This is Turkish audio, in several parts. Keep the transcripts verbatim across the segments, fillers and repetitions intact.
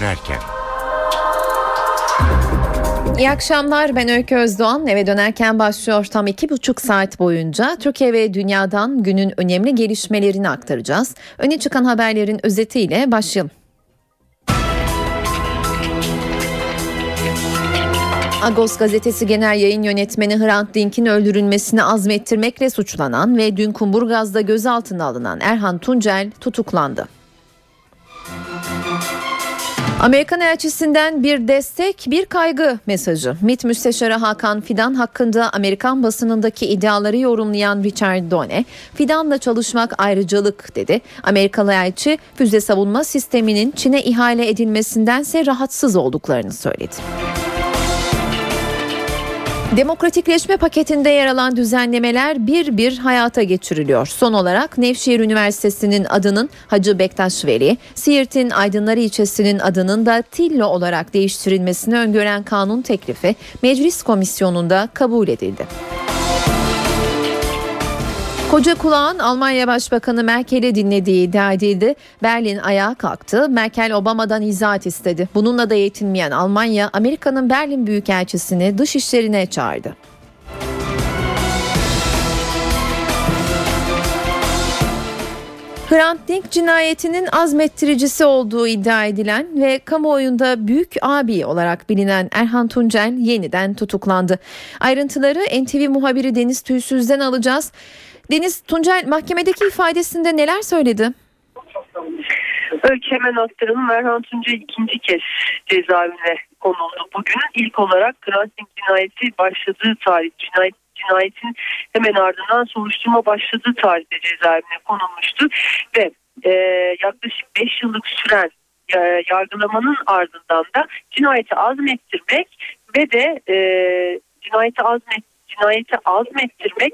dönerken. İyi akşamlar, ben Öykü Özdoğan. Eve dönerken başlıyor. Tam iki buçuk saat boyunca Türkiye ve dünyadan günün önemli gelişmelerini aktaracağız. Öne çıkan haberlerin özetiyle başlayalım. Agos gazetesi genel yayın yönetmeni Hrant Dink'in öldürülmesini azmettirmekle suçlanan ve dün Kumburgaz'da gözaltına alınan Erhan Tuncel tutuklandı. Amerikan elçisinden bir destek, bir kaygı mesajı. MİT Müsteşarı Hakan Fidan hakkında Amerikan basınındaki iddiaları yorumlayan Richard Done, Fidan'la çalışmak ayrıcalık dedi. Amerikalı elçi füze savunma sisteminin Çin'e ihale edilmesindense rahatsız olduklarını söyledi. Demokratikleşme paketinde yer alan düzenlemeler bir bir hayata geçiriliyor. Son olarak Nevşehir Üniversitesi'nin adının Hacı Bektaş Veli, Siirt'in Aydınlar ilçesinin adının da Tillo olarak değiştirilmesini öngören kanun teklifi Meclis Komisyonu'nda kabul edildi. Koca kulağın Almanya Başbakanı Merkel'i dinlediği iddia edildi. Berlin ayağa kalktı. Merkel Obama'dan izahat istedi. Bununla da yetinmeyen Almanya, Amerika'nın Berlin Büyükelçisini dışişlerine çağırdı. Hrant Dink cinayetinin azmettiricisi olduğu iddia edilen ve kamuoyunda büyük abi olarak bilinen Erhan Tuncel yeniden tutuklandı. Ayrıntıları N T V muhabiri Deniz Tüysüz'den alacağız. Deniz, Tuncel mahkemedeki ifadesinde neler söyledi? Öykü hemen aktaralım. Erhan Tuncel ikinci kez cezaevine konuldu bugün. İlk olarak Hrant Dink cinayeti başladığı tarih, cinayet, cinayetin hemen ardından soruşturma başladığı tarihte cezaevine konulmuştu. Ve e, yaklaşık beş yıllık süren e, yargılamanın ardından da cinayeti azmettirmek ve de e, cinayeti azmet cinayeti azmettirmek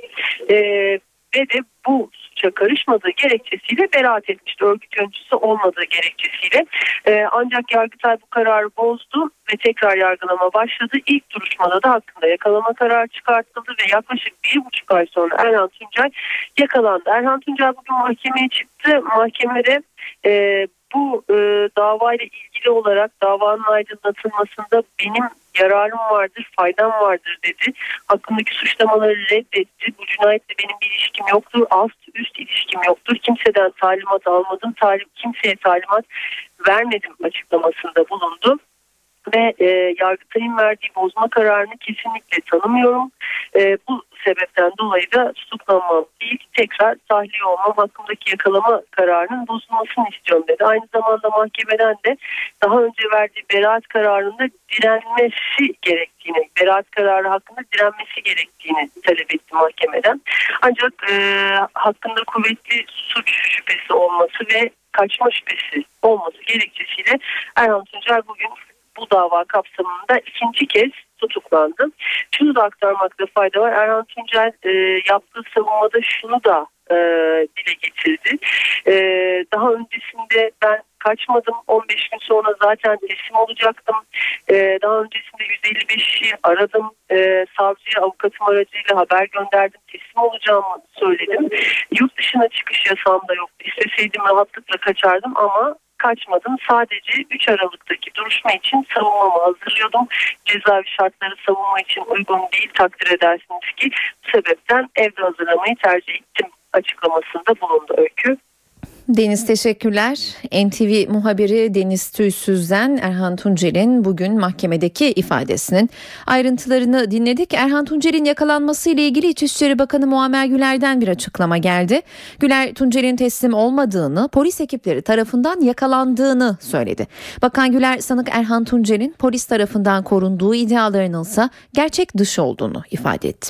e, ve de bu suça karışmadığı gerekçesiyle beraat etmişti. Örgüt yöneticisi olmadığı gerekçesiyle. Ee, ancak Yargıtay bu kararı bozdu ve tekrar yargılama başladı. İlk duruşmada da hakkında yakalama kararı çıkartıldı ve yaklaşık bir buçuk ay sonra Erhan Tuncel yakalandı. Erhan Tuncel bugün mahkemeye çıktı. Mahkemede e, bu e, davayla ilgili olarak davanın aydınlatılmasında benim yararım vardır, faydam vardır dedi. Hakkındaki suçlamaları reddetti. Bu cinayetle benim bir ilişkim yoktur, alt üst ilişkim yoktur. Kimseden talimat almadım, talim, kimseye talimat vermedim açıklamasında bulundu. Ve e, Yargıtay'ın verdiği bozma kararını kesinlikle tanımıyorum. E, bu sebepten dolayı da tutuklanmam değil, tekrar tahliye olmam, hakkımdaki yakalama kararının bozulmasını istiyorum dedi. Aynı zamanda mahkemeden de daha önce verdiği beraat kararında direnmesi gerektiğini, beraat kararı hakkında direnmesi gerektiğini talep etti mahkemeden. Ancak e, hakkında kuvvetli suç şüphesi olması ve kaçma şüphesi olması gerekçesiyle Erhan Tuncel bugün bu dava kapsamında ikinci kez tutuklandı. Şunu da aktarmakta fayda var. Erhan Tuncel e, yaptığı savunmada şunu da e, dile getirdi. E, daha öncesinde ben kaçmadım. on beş gün sonra zaten teslim olacaktım. E, daha öncesinde yüz elli beşi aradım. E, savcıya avukatım aracıyla haber gönderdim. Teslim olacağımı söyledim. Yurt dışına çıkış yasağım da yoktu. İsteseydim rahatlıkla kaçardım ama kaçmadım. Sadece üç Aralık'taki duruşma için savunmamı hazırlıyordum. Cezaevi şartları savunma için uygun değil, takdir edersiniz ki bu sebepten evde hazırlamayı tercih ettim açıklamasında bulundu Öykü. Deniz teşekkürler. N T V muhabiri Deniz Tüysüz'den Erhan Tuncel'in bugün mahkemedeki ifadesinin ayrıntılarını dinledik. Erhan Tuncel'in yakalanması ile ilgili İçişleri Bakanı Muammer Güler'den bir açıklama geldi. Güler, Tuncel'in teslim olmadığını, polis ekipleri tarafından yakalandığını söyledi. Bakan Güler, sanık Erhan Tuncel'in polis tarafından korunduğu iddialarının ise gerçek dışı olduğunu ifade etti.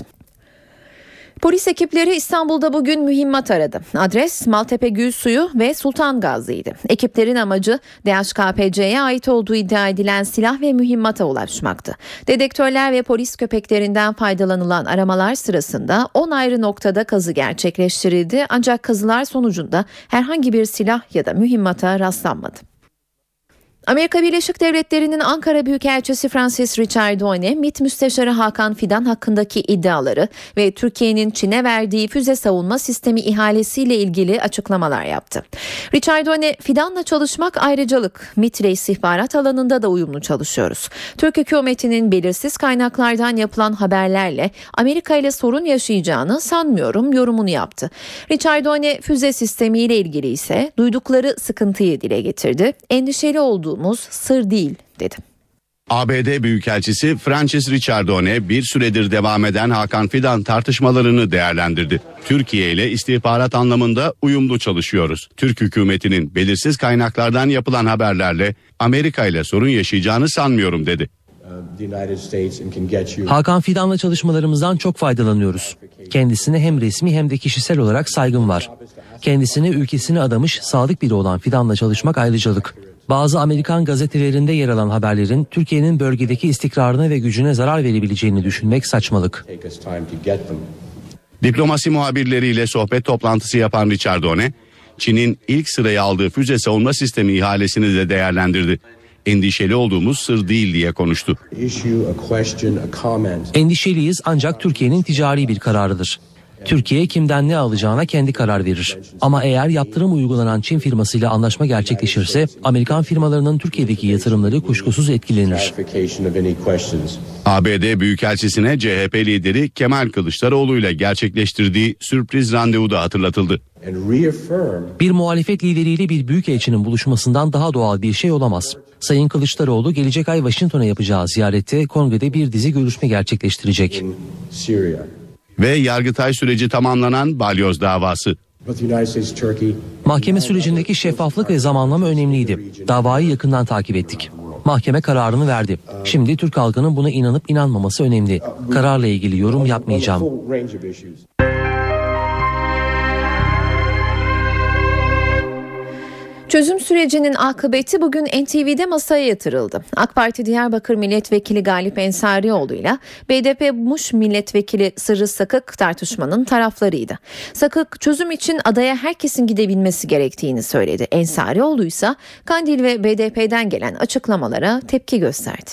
Polis ekipleri İstanbul'da bugün mühimmat aradı. Adres Maltepe Gülsuyu ve Sultan Gazi'ydi. Ekiplerin amacı D H K P C'ye ait olduğu iddia edilen silah ve mühimmata ulaşmaktı. Dedektörler ve polis köpeklerinden faydalanılan aramalar sırasında on ayrı noktada kazı gerçekleştirildi. Ancak kazılar sonucunda herhangi bir silah ya da mühimmata rastlanmadı. Amerika Birleşik Devletleri'nin Ankara Büyükelçisi Francis Ricciardone, MİT Müsteşarı Hakan Fidan hakkındaki iddiaları ve Türkiye'nin Çin'e verdiği füze savunma sistemi ihalesiyle ilgili açıklamalar yaptı. Ricciardone, Fidan'la çalışmak ayrıcalık, MİT ile istihbarat alanında da uyumlu çalışıyoruz. Türk hükümetinin belirsiz kaynaklardan yapılan haberlerle Amerika ile sorun yaşayacağını sanmıyorum yorumunu yaptı. Ricciardone, füze sistemiyle ilgili ise duydukları sıkıntıyı dile getirdi. Endişeli olduğu sır değil dedi. A B D Büyükelçisi Francis Ricciardone bir süredir devam eden Hakan Fidan tartışmalarını değerlendirdi. Türkiye ile istihbarat anlamında uyumlu çalışıyoruz. Türk hükümetinin belirsiz kaynaklardan yapılan haberlerle Amerika ile sorun yaşayacağını sanmıyorum dedi. Hakan Fidan'la çalışmalarımızdan çok faydalanıyoruz. Kendisine hem resmi hem de kişisel olarak saygım var. Kendisine ülkesine adamış sadık biri olan Fidan'la çalışmak ayrıcalık. Bazı Amerikan gazetelerinde yer alan haberlerin Türkiye'nin bölgedeki istikrarına ve gücüne zarar verebileceğini düşünmek saçmalık. Diplomasi muhabirleriyle sohbet toplantısı yapan Ricciardone, Çin'in ilk sıraya aldığı füze savunma sistemi ihalesini de değerlendirdi. Endişeli olduğumuz sır değil diye konuştu. Endişeliyiz ancak Türkiye'nin ticari bir kararıdır. Türkiye kimden ne alacağına kendi karar verir. Ama eğer yaptırım uygulanan Çin firmasıyla anlaşma gerçekleşirse Amerikan firmalarının Türkiye'deki yatırımları kuşkusuz etkilenir. A B D Büyükelçisi'ne C H P lideri Kemal Kılıçdaroğlu ile gerçekleştirdiği sürpriz randevu da hatırlatıldı. Bir muhalefet lideriyle bir büyükelçinin buluşmasından daha doğal bir şey olamaz. Sayın Kılıçdaroğlu gelecek ay Washington'a yapacağı ziyarette kongrede bir dizi görüşme gerçekleştirecek. Ve Yargıtay süreci tamamlanan balyoz davası. Mahkeme sürecindeki şeffaflık ve zamanlama önemliydi. Davayı yakından takip ettik. Mahkeme kararını verdi. Şimdi Türk halkının buna inanıp inanmaması önemli. Kararla ilgili yorum yapmayacağım. Çözüm sürecinin akıbeti bugün N T V'de masaya yatırıldı. AK Parti Diyarbakır Milletvekili Galip Ensarioğlu ile B D P Muş Milletvekili Sırrı Sakık tartışmanın taraflarıydı. Sakık çözüm için adaya herkesin gidebilmesi gerektiğini söyledi. Ensarioğlu ise Kandil ve B D P'den gelen açıklamalara tepki gösterdi.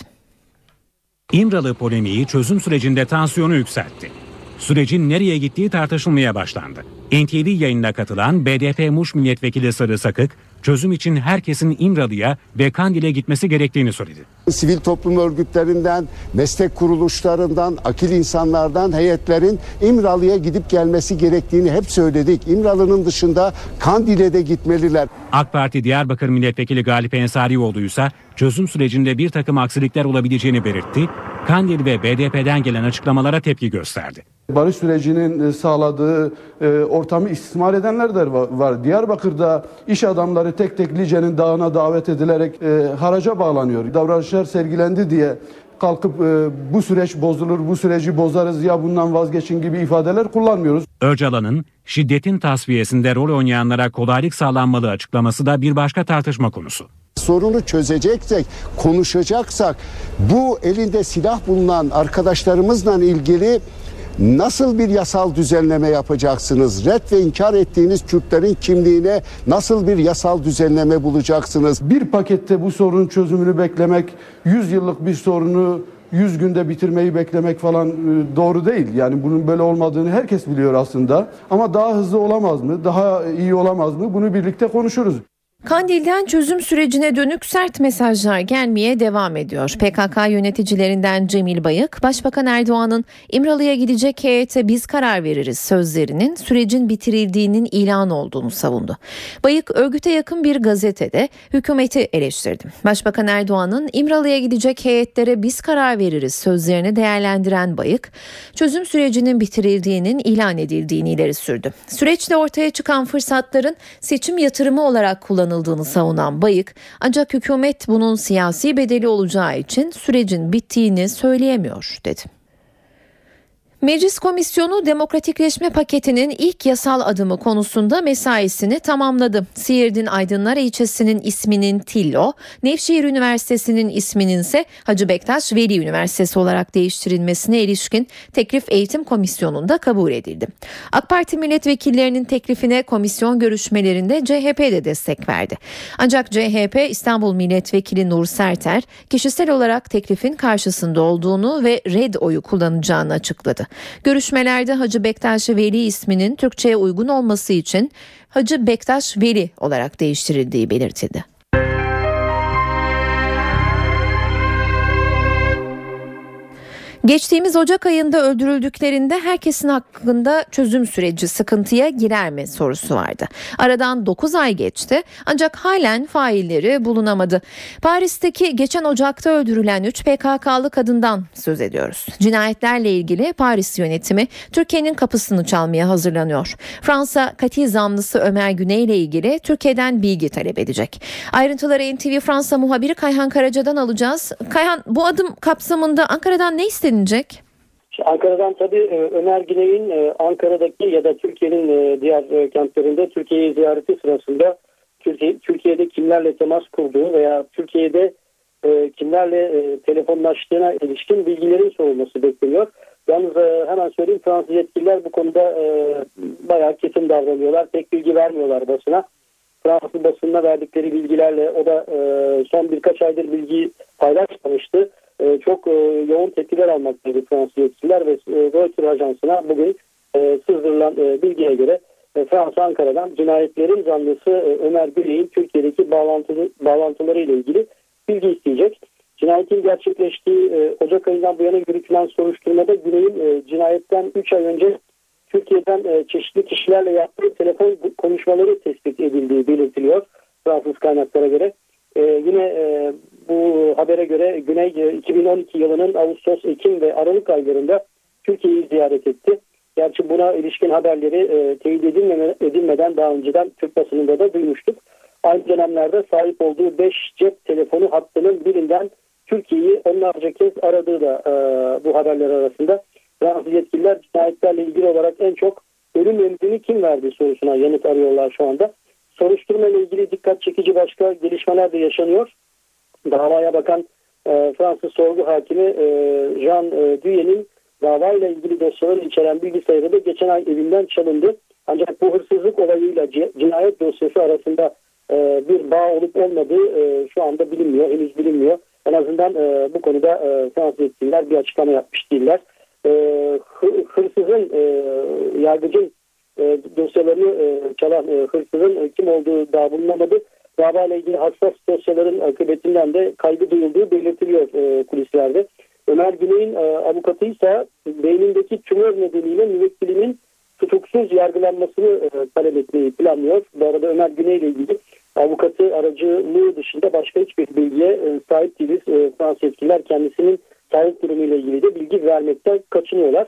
İmralı polemiği çözüm sürecinde tansiyonu yükseltti. Sürecin nereye gittiği tartışılmaya başlandı. N T V yayınına katılan B D P Muş Milletvekili Sırrı Sakık, çözüm için herkesin İmralı'ya ve Kandil'e gitmesi gerektiğini söyledi. Sivil toplum örgütlerinden, meslek kuruluşlarından, akil insanlardan heyetlerin İmralı'ya gidip gelmesi gerektiğini hep söyledik. İmralı'nın dışında Kandil'e de gitmeliler. AK Parti Diyarbakır Milletvekili Galip Ensarioğlu ise çözüm sürecinde bir takım aksilikler olabileceğini belirtti. Kandil ve B D P'den gelen açıklamalara tepki gösterdi. Barış sürecinin sağladığı e, ortamı istismar edenler de var. Diyarbakır'da iş adamları tek tek Lice'nin dağına davet edilerek e, haraca bağlanıyor. Davranışlar sergilendi diye kalkıp e, bu süreç bozulur, bu süreci bozarız ya bundan vazgeçin gibi ifadeler kullanmıyoruz. Öcalan'ın şiddetin tasfiyesinde rol oynayanlara kolaylık sağlanmalı açıklaması da bir başka tartışma konusu. Sorunu çözeceksek, konuşacaksak bu elinde silah bulunan arkadaşlarımızla ilgili nasıl bir yasal düzenleme yapacaksınız? Red ve inkar ettiğiniz Kürtlerin kimliğine nasıl bir yasal düzenleme bulacaksınız? Bir pakette bu sorunun çözümünü beklemek, yüz yıllık bir sorunu yüz günde bitirmeyi beklemek falan doğru değil. Yani bunun böyle olmadığını herkes biliyor aslında. Ama daha hızlı olamaz mı? Daha iyi olamaz mı? Bunu birlikte konuşuruz. Kandil'den çözüm sürecine dönük sert mesajlar gelmeye devam ediyor. P K K yöneticilerinden Cemil Bayık, Başbakan Erdoğan'ın İmralı'ya gidecek heyete biz karar veririz sözlerinin sürecin bitirildiğinin ilan olduğunu savundu. Bayık, örgüte yakın bir gazetede hükümeti eleştirdi. Başbakan Erdoğan'ın İmralı'ya gidecek heyetlere biz karar veririz sözlerini değerlendiren Bayık, çözüm sürecinin bitirildiğinin ilan edildiğini ileri sürdü. Süreçte ortaya çıkan fırsatların seçim yatırımı olarak kullanıldığı savunan Bayık, ancak hükümet bunun siyasi bedeli olacağı için sürecin bittiğini söyleyemiyor dedi. Meclis Komisyonu demokratikleşme paketinin ilk yasal adımı konusunda mesaisini tamamladı. Siirt'in Aydınlar ilçesinin isminin Tillo, Nevşehir Üniversitesi'nin isminin ise Hacı Bektaş Veli Üniversitesi olarak değiştirilmesine ilişkin teklif Eğitim Komisyonu'nda kabul edildi. AK Parti milletvekillerinin teklifine komisyon görüşmelerinde C H P de destek verdi. Ancak C H P İstanbul Milletvekili Nur Serter kişisel olarak teklifin karşısında olduğunu ve red oyu kullanacağını açıkladı. Görüşmelerde Hacı Bektaş Veli isminin Türkçe'ye uygun olması için Hacı Bektaş Veli olarak değiştirildiği belirtildi. Geçtiğimiz Ocak ayında öldürüldüklerinde herkesin hakkında çözüm süreci sıkıntıya girer mi sorusu vardı. Aradan dokuz ay geçti ancak halen failleri bulunamadı. Paris'teki geçen Ocak'ta öldürülen üç P K K'lı kadından söz ediyoruz. Cinayetlerle ilgili Paris yönetimi Türkiye'nin kapısını çalmaya hazırlanıyor. Fransa katil zanlısı Ömer Güney ile ilgili Türkiye'den bilgi talep edecek. Ayrıntıları N T V Fransa muhabiri Kayhan Karaca'dan alacağız. Kayhan, bu adım kapsamında Ankara'dan ne isteniyor? Ankara'dan tabii Ömer Güney'in Ankara'daki ya da Türkiye'nin diğer kentlerinde Türkiye'yi ziyareti sırasında Türkiye, Türkiye'de kimlerle temas kurduğu veya Türkiye'de kimlerle telefonlaştığına ilişkin bilgilerin sorulması bekleniyor. Yalnız hemen söyleyeyim, Fransız yetkililer bu konuda bayağı kesin davranıyorlar. Pek bilgi vermiyorlar basına. Fransız basınına verdikleri bilgilerle o da son birkaç aydır bilgi paylaşmamıştı. Çok yoğun tepkiler almaktaydı Fransız yetkililer ve Reuters ajansına bugün sızdırılan bilgiye göre Fransa Ankara'dan cinayetlerin zanlısı Ömer Güney'in Türkiye'deki bağlantılı, bağlantıları ile ilgili bilgi isteyecek. Cinayetin gerçekleştiği Ocak ayından bu yana yürütülen soruşturmada Güney'in cinayetten üç ay önce Türkiye'den çeşitli kişilerle yaptığı telefon konuşmaları tespit edildiği belirtiliyor Fransız kaynaklara göre. Ee, yine e, bu habere göre Güney e, iki bin on iki yılının Ağustos, Ekim ve Aralık aylarında Türkiye'yi ziyaret etti. Gerçi buna ilişkin haberleri e, teyit edilmeme, edilmeden daha önceden Türk basınında da duymuştuk. Aynı dönemlerde sahip olduğu beş cep telefonu hattının birinden Türkiye'yi onlarca kez aradığı da e, bu haberler arasında. Fransız yetkililer cinayetlerle ilgili olarak en çok ölüm emrini kim verdi sorusuna yanıt arıyorlar şu anda. Soruşturma ile ilgili dikkat çekici başka gelişmeler de yaşanıyor. Davaya bakan e, Fransız sorgu hakimi e, Jean e, Duyen'in davayla ilgili dosyaları içeren bilgisayarı da geçen ay evinden çalındı. Ancak bu hırsızlık olayıyla c- cinayet dosyası arasında e, bir bağ olup olmadığı e, şu anda bilinmiyor, henüz bilinmiyor. En azından e, bu konuda e, Fransız yetkililer bir açıklama yapmış değiller. E, hırsızın, e, yargıcın E, dosyalarını e, çalan e, hırsızın e, kim olduğu daha bulunamadı. Davayla ilgili hassas dosyaların akıbetinden de kaygı duyulduğu belirtiliyor e, kulislerde. Ömer Güney'in e, avukatı ise beynindeki tümör nedeniyle müvekkilinin tutuksuz yargılanmasını e, talep etmeyi planlıyor. Bu arada Ömer Güney ile ilgili avukatı aracılığı dışında başka hiçbir bilgiye e, sahip değiliz. E, Fransız yetkililer kendisinin sağlık durumu ile ilgili de bilgi vermekten kaçınıyorlar.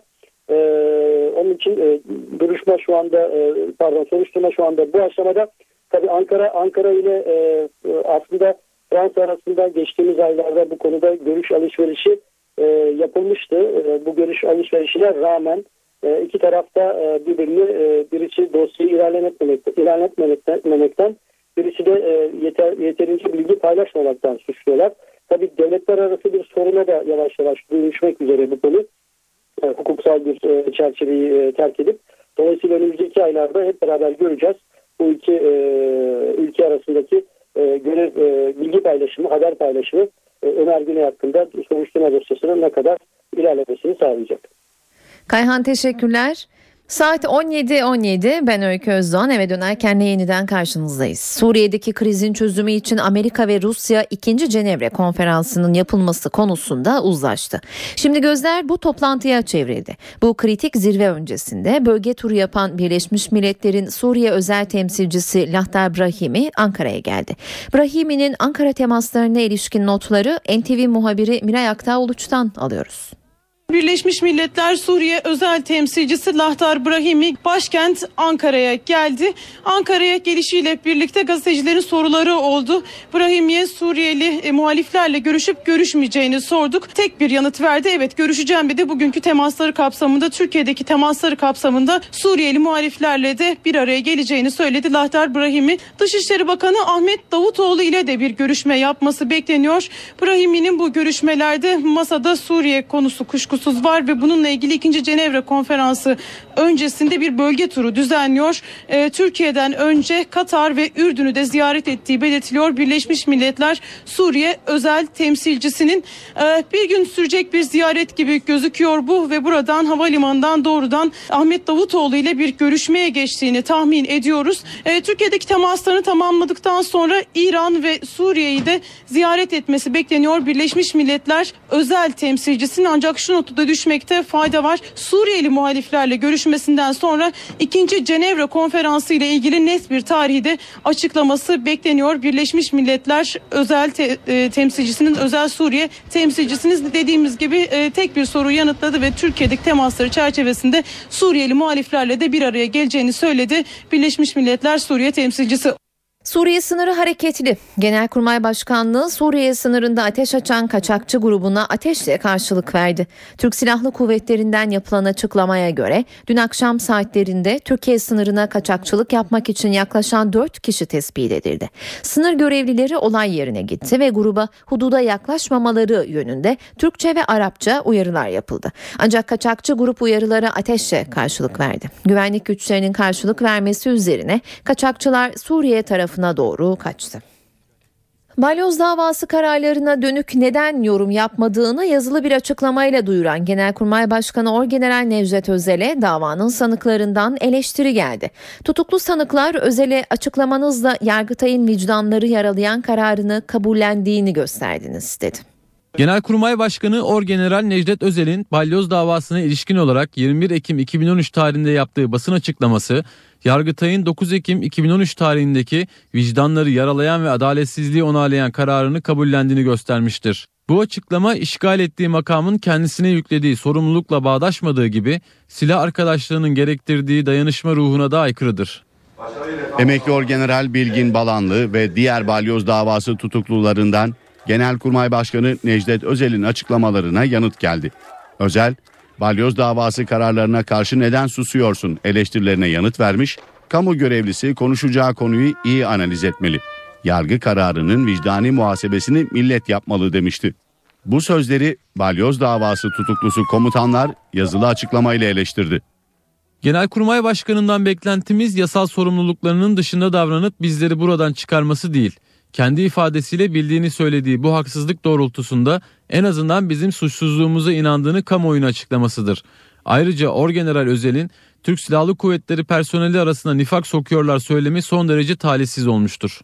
Ee, onun için e, duruşma şu anda e, pardon soruşturma şu anda bu aşamada. Tabii Ankara Ankara ile e, aslında Fransa arasında geçtiğimiz aylarda bu konuda görüş alışverişi e, yapılmıştı. E, bu görüş alışverişine rağmen e, iki tarafta e, birbirini e, birisi dosyayı ilerletmemekten, ilerletmemekten birisi de e, yeter, yeterince bilgi paylaşmamaktan suçluyorlar. Tabii devletler arası bir soruna da yavaş yavaş dönüşmek üzere bu konu. E, hukuksal bir e, çerçeveyi e, terk edip dolayısıyla önümüzdeki aylarda hep beraber göreceğiz bu iki e, ülke arasındaki e, görev e, bilgi paylaşımı, haber paylaşımı e, Ömer Güney hakkında soruşturma dosyasının ne kadar ilerlemesini sağlayacak. Kayhan, teşekkürler. Saat on yedi on yedi, ben Öykü Özdoğan, eve dönerken yeniden karşınızdayız. Suriye'deki krizin çözümü için Amerika ve Rusya ikinci Cenevre Konferansı'nın yapılması konusunda uzlaştı. Şimdi gözler bu toplantıya çevrildi. Bu kritik zirve öncesinde bölge turu yapan Birleşmiş Milletler'in Suriye özel temsilcisi Lahtar Brahimi Ankara'ya geldi. Brahimi'nin Ankara temaslarına ilişkin notları N T V muhabiri Miray Aktağ Uluç'tan alıyoruz. Birleşmiş Milletler Suriye özel temsilcisi Lahtar Brahimi başkent Ankara'ya geldi. Ankara'ya gelişiyle birlikte gazetecilerin soruları oldu. Brahimi'ye Suriyeli e, muhaliflerle görüşüp görüşmeyeceğini sorduk. Tek bir yanıt verdi. Evet, görüşeceğim dedi. Bugünkü temasları kapsamında, Türkiye'deki temasları kapsamında Suriyeli muhaliflerle de bir araya geleceğini söyledi Lahtar Brahimi. Dışişleri Bakanı Ahmet Davutoğlu ile de bir görüşme yapması bekleniyor. Brahimi'nin bu görüşmelerde masada Suriye konusu kuşkusuz var ve bununla ilgili ikinci Cenevre Konferansı öncesinde bir bölge turu düzenliyor. Ee, Türkiye'den önce Katar ve Ürdün'ü de ziyaret ettiği belirtiliyor. Birleşmiş Milletler Suriye özel temsilcisinin e, bir gün sürecek bir ziyaret gibi gözüküyor bu ve buradan havalimanından doğrudan Ahmet Davutoğlu ile bir görüşmeye geçtiğini tahmin ediyoruz. E, Türkiye'deki temaslarını tamamladıktan sonra İran ve Suriye'yi de ziyaret etmesi bekleniyor. Birleşmiş Milletler özel temsilcisinin, ancak şu notu da düşmekte fayda var. Suriyeli muhaliflerle görüşmesinden sonra ikinci Cenevre Konferansı ile ilgili net bir tarihi de açıklaması bekleniyor. Birleşmiş Milletler özel te, e, temsilcisinin, özel Suriye temsilcisinin dediğimiz gibi e, tek bir soruyu yanıtladı ve Türkiye'deki temasları çerçevesinde Suriyeli muhaliflerle de bir araya geleceğini söyledi Birleşmiş Milletler Suriye temsilcisi. Suriye sınırı hareketli. Genelkurmay Başkanlığı Suriye sınırında ateş açan kaçakçı grubuna ateşle karşılık verdi. Türk Silahlı Kuvvetleri'nden yapılan açıklamaya göre dün akşam saatlerinde Türkiye sınırına kaçakçılık yapmak için yaklaşan dört kişi tespit edildi. Sınır görevlileri olay yerine gitti ve gruba hududa yaklaşmamaları yönünde Türkçe ve Arapça uyarılar yapıldı. Ancak kaçakçı grup uyarılara ateşle karşılık verdi. Güvenlik güçlerinin karşılık vermesi üzerine kaçakçılar Suriye tarafından doğru kaçtı. Balyoz davası kararlarına dönük neden yorum yapmadığını yazılı bir açıklamayla duyuran Genelkurmay Başkanı Orgeneral Necdet Özel'e davanın sanıklarından eleştiri geldi. Tutuklu sanıklar Özel'e açıklamanızla Yargıtay'ın vicdanları yaralayan kararını kabullendiğini gösterdiniz dedi. Genelkurmay Başkanı Orgeneral Necdet Özel'in Balyoz davasına ilişkin olarak yirmi bir Ekim iki bin on üç tarihinde yaptığı basın açıklaması, Yargıtay'ın dokuz Ekim iki bin on üç tarihindeki vicdanları yaralayan ve adaletsizliği onaylayan kararını kabullendiğini göstermiştir. Bu açıklama işgal ettiği makamın kendisine yüklediği sorumlulukla bağdaşmadığı gibi silah arkadaşlığının gerektirdiği dayanışma ruhuna da aykırıdır. Emekli Orgeneral Bilgin Balanlı ve diğer Balyoz davası tutuklularından Genelkurmay Başkanı Necdet Özel'in açıklamalarına yanıt geldi. Özel, Balyoz davası kararlarına karşı neden susuyorsun eleştirilerine yanıt vermiş, kamu görevlisi konuşacağı konuyu iyi analiz etmeli. Yargı kararının vicdani muhasebesini millet yapmalı demişti. Bu sözleri Balyoz davası tutuklusu komutanlar yazılı açıklamayla eleştirdi. Genelkurmay Başkanı'ndan beklentimiz yasal sorumluluklarının dışında davranıp bizleri buradan çıkarması değil. Kendi ifadesiyle bildiğini söylediği bu haksızlık doğrultusunda en azından bizim suçsuzluğumuza inandığını kamuoyuna açıklamasıdır. Ayrıca Orgeneral Özel'in Türk Silahlı Kuvvetleri personeli arasında nifak sokuyorlar söylemi son derece talihsiz olmuştur.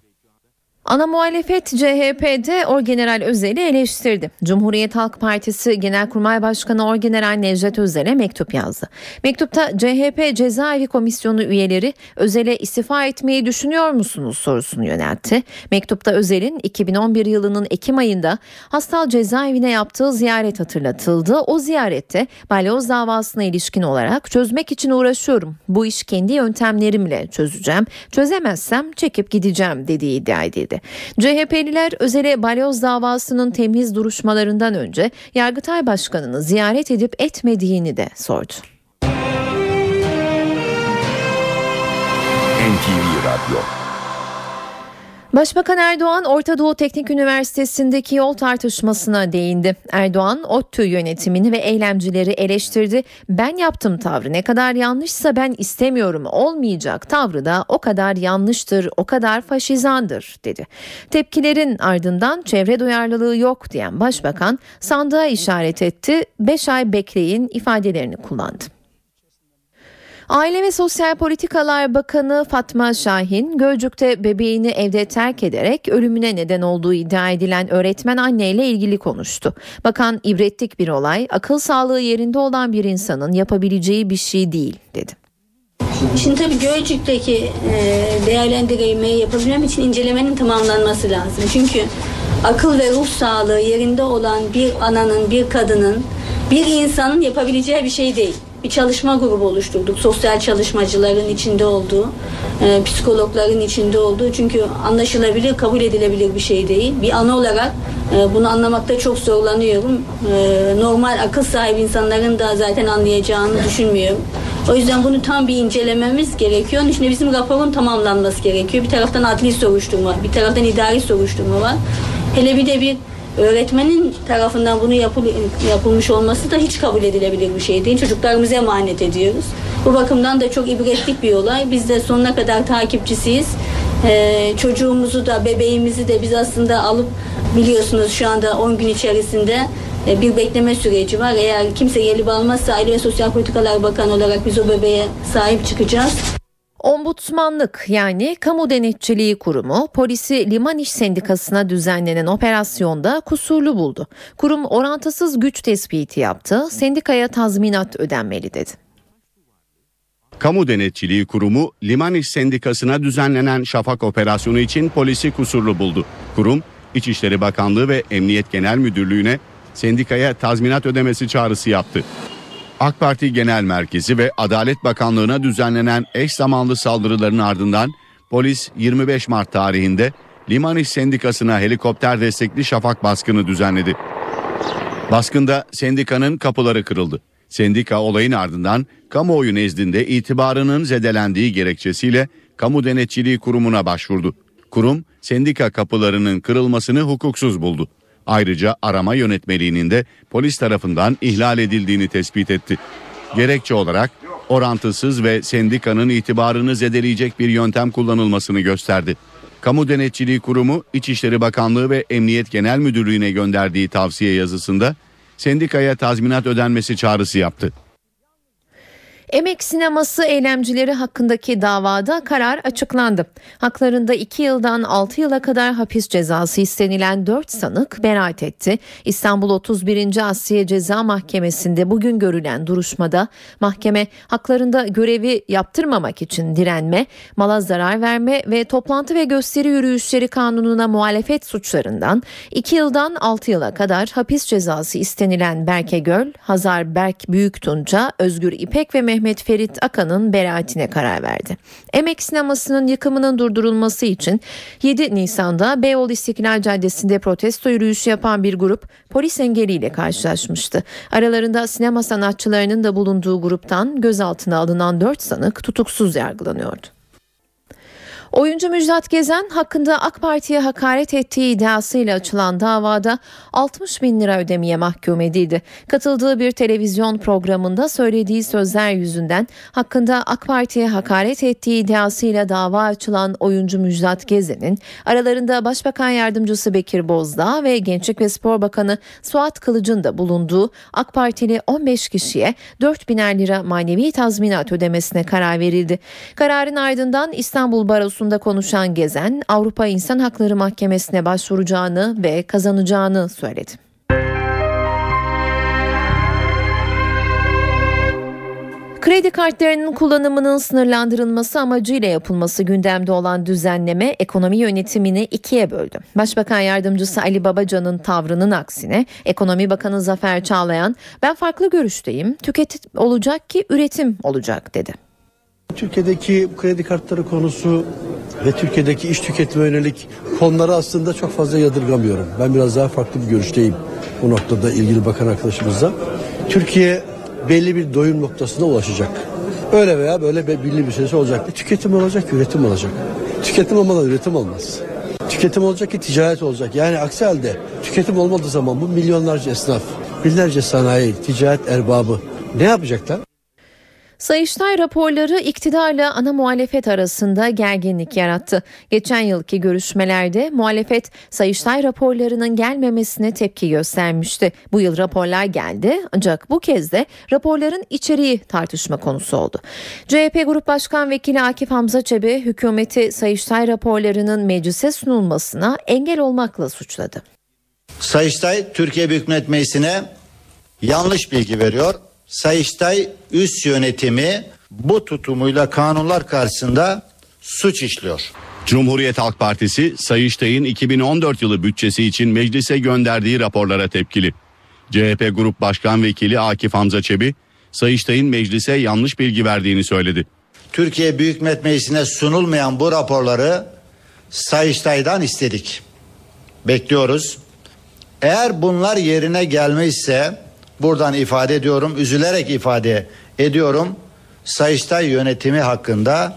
Ana muhalefet C H P'de Orgeneral Özel'i eleştirdi. Cumhuriyet Halk Partisi Genelkurmay Başkanı Orgeneral Necdet Özel'e mektup yazdı. Mektupta C H P Cezaevi Komisyonu üyeleri Özel'e istifa etmeyi düşünüyor musunuz sorusunu yöneltti. Mektupta Özel'in iki bin on bir yılının Ekim ayında Hastal cezaevine yaptığı ziyaret hatırlatıldı. O ziyarette Balyoz davasına ilişkin olarak çözmek için uğraşıyorum. Bu iş kendi yöntemlerimle çözeceğim. Çözemezsem çekip gideceğim dediği iddia edildi. C H P'liler Özel'e Balyoz davasının temyiz duruşmalarından önce Yargıtay Başkanı'nı ziyaret edip etmediğini de sordu. N T V Radyo. Başbakan Erdoğan Orta Doğu Teknik Üniversitesi'ndeki yol tartışmasına değindi. Erdoğan ODTÜ yönetimini ve eylemcileri eleştirdi. Ben yaptım tavrı ne kadar yanlışsa ben istemiyorum olmayacak tavrı da o kadar yanlıştır, o kadar faşizandır dedi. Tepkilerin ardından çevre duyarlılığı yok diyen Başbakan sandığa işaret etti. beş ay bekleyin ifadelerini kullandı. Aile ve Sosyal Politikalar Bakanı Fatma Şahin, Gölcük'te bebeğini evde terk ederek ölümüne neden olduğu iddia edilen öğretmen anneyle ilgili konuştu. Bakan, ibretlik bir olay, akıl sağlığı yerinde olan bir insanın yapabileceği bir şey değil dedi. Şimdi tabii Gölcük'teki değerlendirmeyi yapabilmem için incelemenin tamamlanması lazım. Çünkü akıl ve ruh sağlığı yerinde olan bir ananın, bir kadının bir insanın yapabileceği bir şey değil. Bir çalışma grubu oluşturduk. Sosyal çalışmacıların içinde olduğu, e, psikologların içinde olduğu. Çünkü anlaşılabilir, kabul edilebilir bir şey değil. Bir ana olarak e, bunu anlamakta çok zorlanıyorum. E, normal akıl sahibi insanların da zaten anlayacağını düşünmüyorum. O yüzden bunu tam bir incelememiz gerekiyor. Onun için bizim raporun tamamlanması gerekiyor. Bir taraftan adli soruşturma, bir taraftan idari soruşturma var. Hele bir de bir öğretmenin tarafından bunu yapıl, yapılmış olması da hiç kabul edilebilir bir şey değil. Çocuklarımıza emanet ediyoruz. Bu bakımdan da çok ibretlik bir olay. Biz de sonuna kadar takipçisiyiz. Ee, çocuğumuzu da bebeğimizi de biz aslında alıp biliyorsunuz şu anda on gün içerisinde e, bir bekleme süreci var. Eğer kimse gelip almazsa Aile ve Sosyal Politikalar Bakanı olarak biz o bebeğe sahip çıkacağız. Ombudsmanlık yani Kamu Denetçiliği Kurumu polisi Liman İş Sendikası'na düzenlenen operasyonda kusurlu buldu. Kurum orantısız güç tespiti yaptı, sendikaya tazminat ödenmeli dedi. Kamu Denetçiliği Kurumu Liman İş Sendikası'na düzenlenen Şafak operasyonu için polisi kusurlu buldu. Kurum İçişleri Bakanlığı ve Emniyet Genel Müdürlüğü'ne sendikaya tazminat ödemesi çağrısı yaptı. AK Parti Genel Merkezi ve Adalet Bakanlığı'na düzenlenen eş zamanlı saldırıların ardından polis yirmi beş Mart tarihinde Liman İş Sendikası'na helikopter destekli şafak baskını düzenledi. Baskında sendikanın kapıları kırıldı. Sendika olayın ardından kamuoyu nezdinde itibarının zedelendiği gerekçesiyle Kamu Denetçiliği Kurumu'na başvurdu. Kurum sendika kapılarının kırılmasını hukuksuz buldu. Ayrıca arama yönetmeliğinin de polis tarafından ihlal edildiğini tespit etti. Gerekçe olarak orantısız ve sendikanın itibarını zedeleyecek bir yöntem kullanılmasını gösterdi. Kamu Denetçiliği Kurumu İçişleri Bakanlığı ve Emniyet Genel Müdürlüğü'ne gönderdiği tavsiye yazısında sendikaya tazminat ödenmesi çağrısı yaptı. Emek sineması eylemcileri hakkındaki davada karar açıklandı. Haklarında iki yıldan altı yıla kadar hapis cezası istenilen dört sanık beraat etti. İstanbul otuz birinci Asliye Ceza Mahkemesi'nde bugün görülen duruşmada mahkeme haklarında görevi yaptırmamak için direnme, mala zarar verme ve toplantı ve gösteri yürüyüşleri kanununa muhalefet suçlarından iki yıldan altı yıla kadar hapis cezası istenilen Berke Göl, Hazar Berk Büyüktunca, Özgür İpek ve Mehmet Mehmet Ferit Akan'ın beraatine karar verdi. Emek sinemasının yıkımının durdurulması için yedi Nisan'da Beyoğlu İstiklal Caddesi'nde protesto yürüyüşü yapan bir grup polis engeliyle karşılaşmıştı. Aralarında sinema sanatçılarının da bulunduğu gruptan gözaltına alınan dört sanık tutuksuz yargılanıyordu. Oyuncu Müjdat Gezen hakkında AK Parti'ye hakaret ettiği iddiasıyla açılan davada altmış bin lira ödemeye mahkum edildi. Katıldığı bir televizyon programında söylediği sözler yüzünden hakkında AK Parti'ye hakaret ettiği iddiasıyla dava açılan oyuncu Müjdat Gezen'in aralarında Başbakan Yardımcısı Bekir Bozdağ ve Gençlik ve Spor Bakanı Suat Kılıç'ın da bulunduğu AK Partili on beş kişiye dört biner lira manevi tazminat ödemesine karar verildi. Kararın ardından İstanbul Barosu konuşan Gezen, Avrupa İnsan Hakları Mahkemesi'ne başvuracağını ve kazanacağını söyledi. Kredi kartlarının kullanımının sınırlandırılması amacıyla yapılması gündemde olan düzenleme ekonomi yönetimini ikiye böldü. Başbakan Yardımcısı Ali Babacan'ın tavrının aksine Ekonomi Bakanı Zafer Çağlayan, "Ben farklı görüşteyim, tüketim olacak ki üretim olacak" dedi. Türkiye'deki kredi kartları konusu ve Türkiye'deki iş tüketime yönelik konuları aslında çok fazla yadırgamıyorum. Ben biraz daha farklı bir görüşteyim bu noktada ilgili bakan arkadaşımızla. Türkiye belli bir doyum noktasına ulaşacak. Öyle veya böyle belli bir süresi olacak. Tüketim olacak, üretim olacak. Tüketim olmadan üretim olmaz. Tüketim olacak ki ticaret olacak. Yani aksi halde tüketim olmadığı zaman bu milyonlarca esnaf, binlerce sanayi, ticaret erbabı ne yapacaklar? Sayıştay raporları iktidarla ana muhalefet arasında gerginlik yarattı. Geçen yılki görüşmelerde muhalefet Sayıştay raporlarının gelmemesine tepki göstermişti. Bu yıl raporlar geldi ancak bu kez de raporların içeriği tartışma konusu oldu. C H P Grup Başkan Vekili Akif Hamza Çebi hükümeti Sayıştay raporlarının meclise sunulmasına engel olmakla suçladı. Sayıştay Türkiye Büyük Millet Meclisi'ne yanlış bilgi veriyor. Sayıştay üst yönetimi bu tutumuyla kanunlar karşısında suç işliyor. Cumhuriyet Halk Partisi Sayıştay'ın iki bin on dört yılı bütçesi için meclise gönderdiği raporlara tepkili. C H P Grup Başkan Vekili Akif Hamza Çebi, Sayıştay'ın meclise yanlış bilgi verdiğini söyledi. Türkiye Büyük Millet Meclisi'ne sunulmayan bu raporları Sayıştay'dan istedik. Bekliyoruz. Eğer bunlar yerine gelmişse buradan ifade ediyorum, üzülerek ifade ediyorum. Sayıştay yönetimi hakkında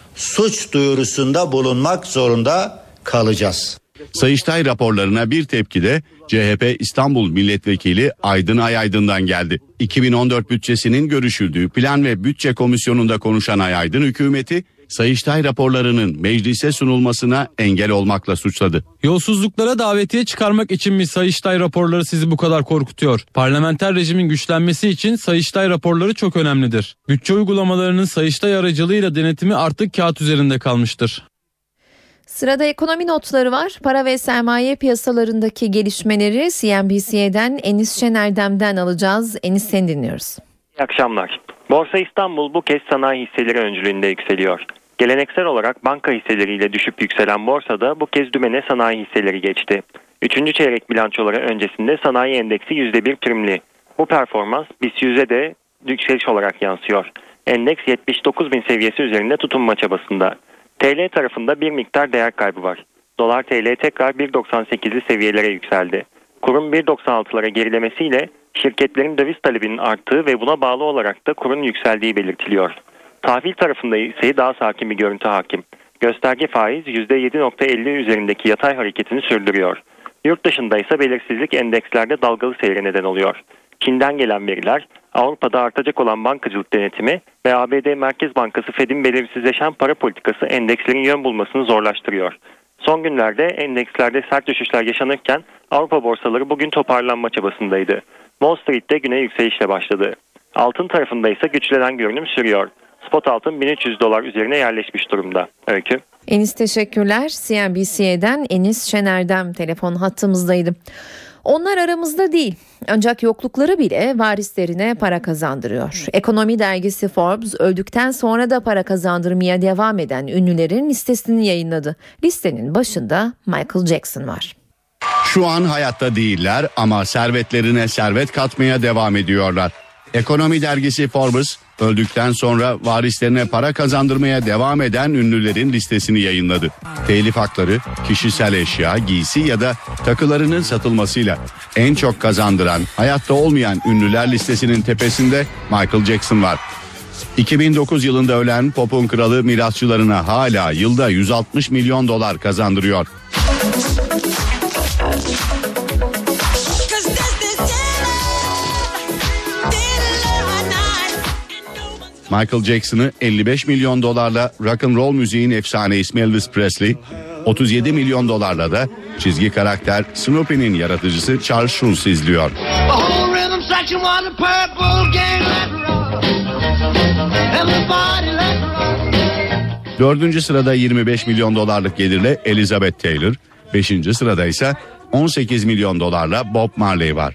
suç duyurusunda bulunmak zorunda kalacağız. Sayıştay raporlarına bir tepki de C H P İstanbul Milletvekili Aydın Ayaydın'dan geldi. iki bin on dört bütçesinin görüşüldüğü Plan ve Bütçe Komisyonu'nda konuşan Ayaydın hükümeti Sayıştay raporlarının meclise sunulmasına engel olmakla suçladı. Yolsuzluklara davetiye çıkarmak için mi Sayıştay raporları sizi bu kadar korkutuyor? Parlamenter rejimin güçlenmesi için Sayıştay raporları çok önemlidir. Bütçe uygulamalarının Sayıştay aracılığıyla denetimi artık kağıt üzerinde kalmıştır. Sırada ekonomi notları var. Para ve sermaye piyasalarındaki gelişmeleri C N B C'den Enis Şenerdem'den alacağız. Enis, seni dinliyoruz. İyi akşamlar. Borsa İstanbul bu kez sanayi hisseleri öncülüğünde yükseliyor. Geleneksel olarak banka hisseleriyle düşüp yükselen borsada bu kez dümene sanayi hisseleri geçti. Üçüncü çeyrek bilançoları öncesinde sanayi endeksi yüzde bir primli. Bu performans BIST yüze de yükseliş olarak yansıyor. Endeks yetmiş dokuz bin seviyesi üzerinde tutunma çabasında. T L tarafında bir miktar değer kaybı var. Dolar T L tekrar bir doksan sekizli seviyelere yükseldi. Kurun bir doksan altılara gerilemesiyle şirketlerin döviz talebinin arttığı ve buna bağlı olarak da kurun yükseldiği belirtiliyor. Tahvil tarafında ise daha sakin bir görüntü hakim. Gösterge faiz yüzde yedi virgül elli üzerindeki yatay hareketini sürdürüyor. Yurt dışında ise belirsizlik endekslerde dalgalı seyre neden oluyor. Çin'den gelen veriler, Avrupa'da artacak olan bankacılık denetimi ve A B D Merkez Bankası Fed'in belirsizleşen para politikası endekslerin yön bulmasını zorlaştırıyor. Son günlerde endekslerde sert düşüşler yaşanırken Avrupa borsaları bugün toparlanma çabasındaydı. Wall Street'te güne yükselişle başladı. Altın tarafında ise güçlenen görünüm sürüyor. Spot altın bin üç yüz dolar üzerine yerleşmiş durumda. Öykü. Enis, teşekkürler. C N B C'den Enis Şenerdem telefon hattımızdaydı. Onlar aramızda değil, ancak yoklukları bile varislerine para kazandırıyor. Ekonomi dergisi Forbes öldükten sonra da para kazandırmaya devam eden ünlülerin listesini yayınladı. Listenin başında Michael Jackson var. Şu an hayatta değiller ama servetlerine servet katmaya devam ediyorlar. Ekonomi dergisi Forbes öldükten sonra varislerine para kazandırmaya devam eden ünlülerin listesini yayınladı. Telif hakları, kişisel eşya, giysi ya da takılarının satılmasıyla en çok kazandıran, hayatta olmayan ünlüler listesinin tepesinde Michael Jackson var. iki bin dokuz yılında ölen pop'un kralı mirasçılarına hala yılda yüz altmış milyon dolar kazandırıyor. Michael Jackson'ı elli beş milyon dolarla rock and roll müziğin efsane ismi Elvis Presley, otuz yedi milyon dolarla da çizgi karakter Snoopy'nin yaratıcısı Charles Schulz izliyor. Dördüncü sırada yirmi beş milyon dolarlık gelirle Elizabeth Taylor, beşinci sırada ise on sekiz milyon dolarla Bob Marley var.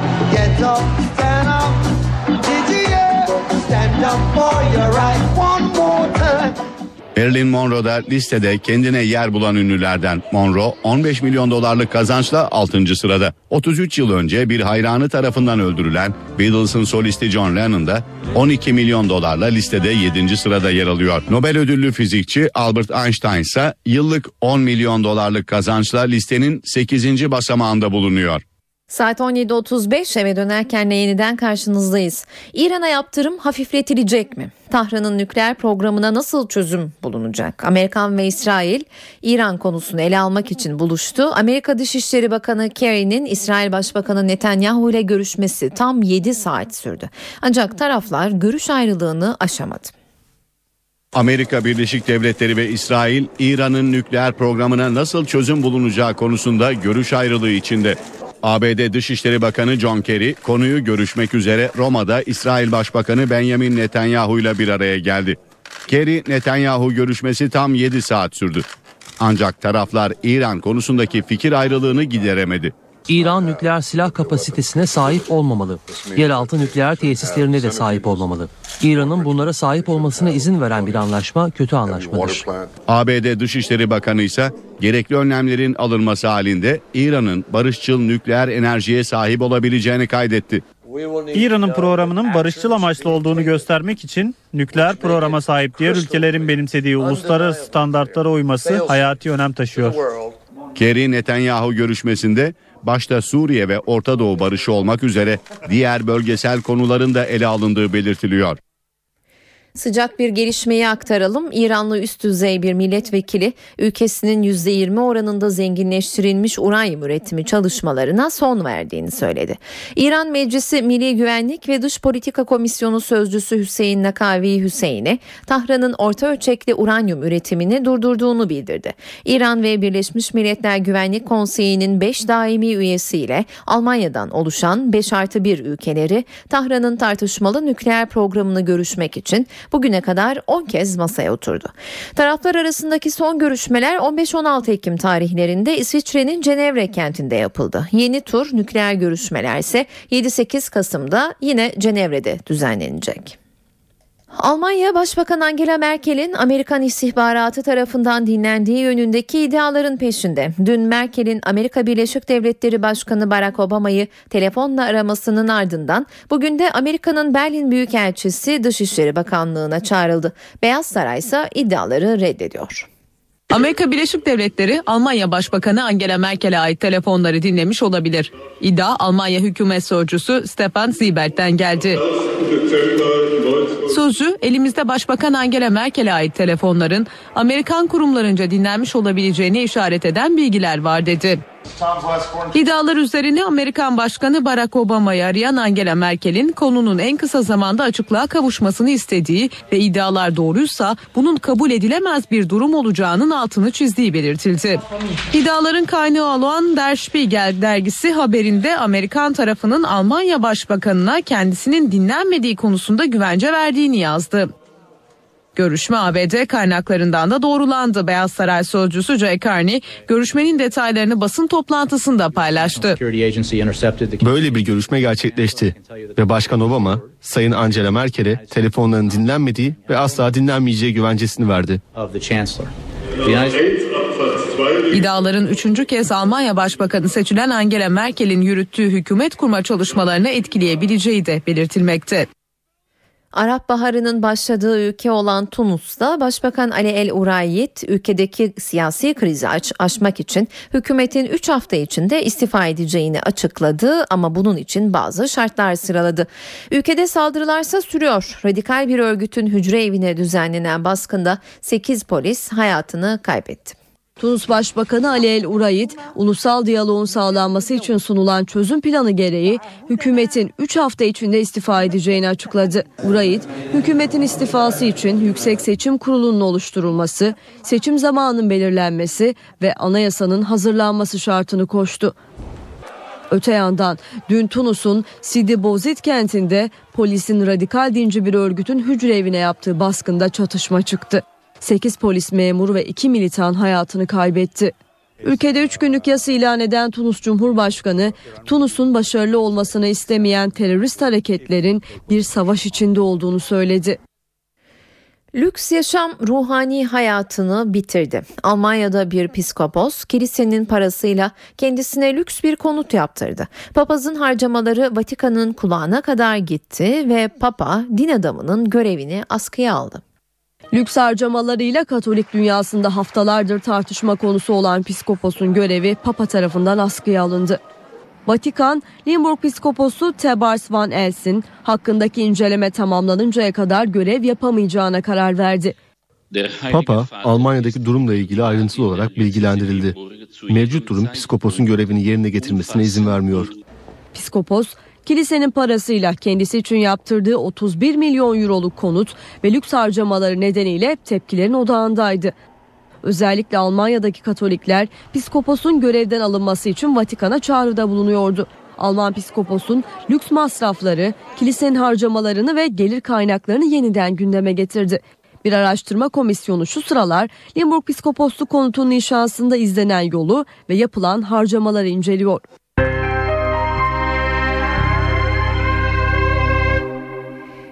Marilyn Monroe da listede kendine yer bulan ünlülerden. Monroe on beş milyon dolarlık kazançla altıncı sırada. otuz üç yıl önce bir hayranı tarafından öldürülen Beatles'ın solisti John Lennon da on iki milyon dolarla listede yedinci sırada yer alıyor. Nobel ödüllü fizikçi Albert Einstein ise yıllık on milyon dolarlık kazançla listenin sekizinci basamağında bulunuyor. Saat on yedi otuz beş, eve dönerken yeniden karşınızdayız. İran'a yaptırım hafifletilecek mi? Tahran'ın nükleer programına nasıl çözüm bulunacak? Amerikan ve İsrail İran konusunu ele almak için buluştu. Amerika Dışişleri Bakanı Kerry'nin İsrail Başbakanı Netanyahu ile görüşmesi tam yedi saat sürdü. Ancak taraflar görüş ayrılığını aşamadı. Amerika Birleşik Devletleri ve İsrail İran'ın nükleer programına nasıl çözüm bulunacağı konusunda görüş ayrılığı içinde. A B D Dışişleri Bakanı John Kerry konuyu görüşmek üzere Roma'da İsrail Başbakanı Benjamin Netanyahu ile bir araya geldi. Kerry Netanyahu görüşmesi tam yedi saat sürdü. Ancak taraflar İran konusundaki fikir ayrılığını gideremedi. İran nükleer silah kapasitesine sahip olmamalı. Yeraltı nükleer tesislerine de sahip olmamalı. İran'ın bunlara sahip olmasına izin veren bir anlaşma kötü anlaşmadır. A B D Dışişleri Bakanı ise gerekli önlemlerin alınması halinde İran'ın barışçıl nükleer enerjiye sahip olabileceğini kaydetti. İran'ın programının barışçıl amaçlı olduğunu göstermek için nükleer programa sahip diğer ülkelerin benimsediği uluslararası standartlara uyması hayati önem taşıyor. Kerry Netanyahu görüşmesinde başta Suriye ve Orta Doğu barışı olmak üzere diğer bölgesel konuların da ele alındığı belirtiliyor. Sıcak bir gelişmeyi aktaralım. İranlı üst düzey bir milletvekili ülkesinin yüzde yirmi oranında zenginleştirilmiş uranyum üretimi çalışmalarına son verdiğini söyledi. İran Meclisi Milli Güvenlik ve Dış Politika Komisyonu Sözcüsü Hüseyin Nakavi Hüseyin'e Tahran'ın orta ölçekli uranyum üretimini durdurduğunu bildirdi. İran ve Birleşmiş Milletler Güvenlik Konseyi'nin beş daimi üyesiyle Almanya'dan oluşan beş artı bir ülkeleri Tahran'ın tartışmalı nükleer programını görüşmek için bugüne kadar on kez masaya oturdu. Taraflar arasındaki son görüşmeler on beş on altı Ekim tarihlerinde İsviçre'nin Cenevre kentinde yapıldı. Yeni tur nükleer görüşmeler ise yedi sekiz Kasım'da yine Cenevre'de düzenlenecek. Almanya Başbakan Angela Merkel'in Amerikan istihbaratı tarafından dinlendiği yönündeki iddiaların peşinde. Dün Merkel'in Amerika Birleşik Devletleri Başkanı Barack Obama'yı telefonla aramasının ardından bugün de Amerika'nın Berlin Büyükelçisi Dışişleri Bakanlığı'na çağrıldı. Beyaz Saray ise iddiaları reddediyor. Amerika Birleşik Devletleri, Almanya Başbakanı Angela Merkel'e ait telefonları dinlemiş olabilir. İddia Almanya Hükümet Sözcüsü Stefan Siebert'ten geldi. Sözcü, elimizde Başbakan Angela Merkel'e ait telefonların Amerikan kurumlarınca dinlenmiş olabileceğine işaret eden bilgiler var dedi. İddialar üzerine Amerikan Başkanı Barack Obama'yı arayan Angela Merkel'in konunun en kısa zamanda açıklığa kavuşmasını istediği ve iddialar doğruysa bunun kabul edilemez bir durum olacağının altını çizdiği belirtildi. İddiaların kaynağı olan Der Spiegel dergisi haberinde Amerikan tarafının Almanya Başbakanına kendisinin dinlenmediği konusunda güvence verdiğini yazdı. Görüşme A B D kaynaklarından da doğrulandı. Beyaz Saray Sözcüsü Jay Carney, görüşmenin detaylarını basın toplantısında paylaştı. Böyle bir görüşme gerçekleşti ve Başkan Obama, Sayın Angela Merkel'e telefonların dinlenmediği ve asla dinlenmeyeceği güvencesini verdi. İddiaların üçüncü kez Almanya Başbakanı seçilen Angela Merkel'in yürüttüğü hükümet kurma çalışmalarını etkileyebileceği de belirtilmekte. Arap Baharı'nın başladığı ülke olan Tunus'ta Başbakan Ali El Urayit ülkedeki siyasi krizi aş- aşmak için hükümetin üç hafta içinde istifa edeceğini açıkladı ama bunun için bazı şartlar sıraladı. Ülkede saldırılarsa sürüyor. Radikal bir örgütün hücre evine düzenlenen baskında sekiz polis hayatını kaybetti. Tunus Başbakanı Ali El Urayit, ulusal diyaloğun sağlanması için sunulan çözüm planı gereği hükümetin üç hafta içinde istifa edeceğini açıkladı. Urayit, hükümetin istifası için Yüksek Seçim Kurulu'nun oluşturulması, seçim zamanının belirlenmesi ve anayasanın hazırlanması şartını koştu. Öte yandan dün Tunus'un Sidi Bouzid kentinde polisin radikal dinci bir örgütün hücre evine yaptığı baskında çatışma çıktı. sekiz polis memuru ve iki militan hayatını kaybetti. Ülkede üç günlük yas ilan eden Tunus Cumhurbaşkanı, Tunus'un başarılı olmasını istemeyen terörist hareketlerin bir savaş içinde olduğunu söyledi. Lüks yaşam ruhani hayatını bitirdi. Almanya'da bir piskopos kilisenin parasıyla kendisine lüks bir konut yaptırdı. Papazın harcamaları Vatikan'ın kulağına kadar gitti ve Papa din adamının görevini askıya aldı. Lüks harcamalarıyla Katolik dünyasında haftalardır tartışma konusu olan piskoposun görevi Papa tarafından askıya alındı. Vatikan, Limburg Piskoposu Thebars van Els'in hakkındaki inceleme tamamlanıncaya kadar görev yapamayacağına karar verdi. Papa, Almanya'daki durumla ilgili ayrıntılı olarak bilgilendirildi. Mevcut durum piskoposun görevini yerine getirmesine izin vermiyor. Piskopos, kilisenin parasıyla kendisi için yaptırdığı otuz bir milyon euroluk konut ve lüks harcamaları nedeniyle tepkilerin odağındaydı. Özellikle Almanya'daki Katolikler piskoposun görevden alınması için Vatikan'a çağrıda bulunuyordu. Alman piskoposun lüks masrafları, kilisenin harcamalarını ve gelir kaynaklarını yeniden gündeme getirdi. Bir araştırma komisyonu şu sıralar Limburg Piskoposluk konutunun inşasında izlenen yolu ve yapılan harcamaları inceliyor.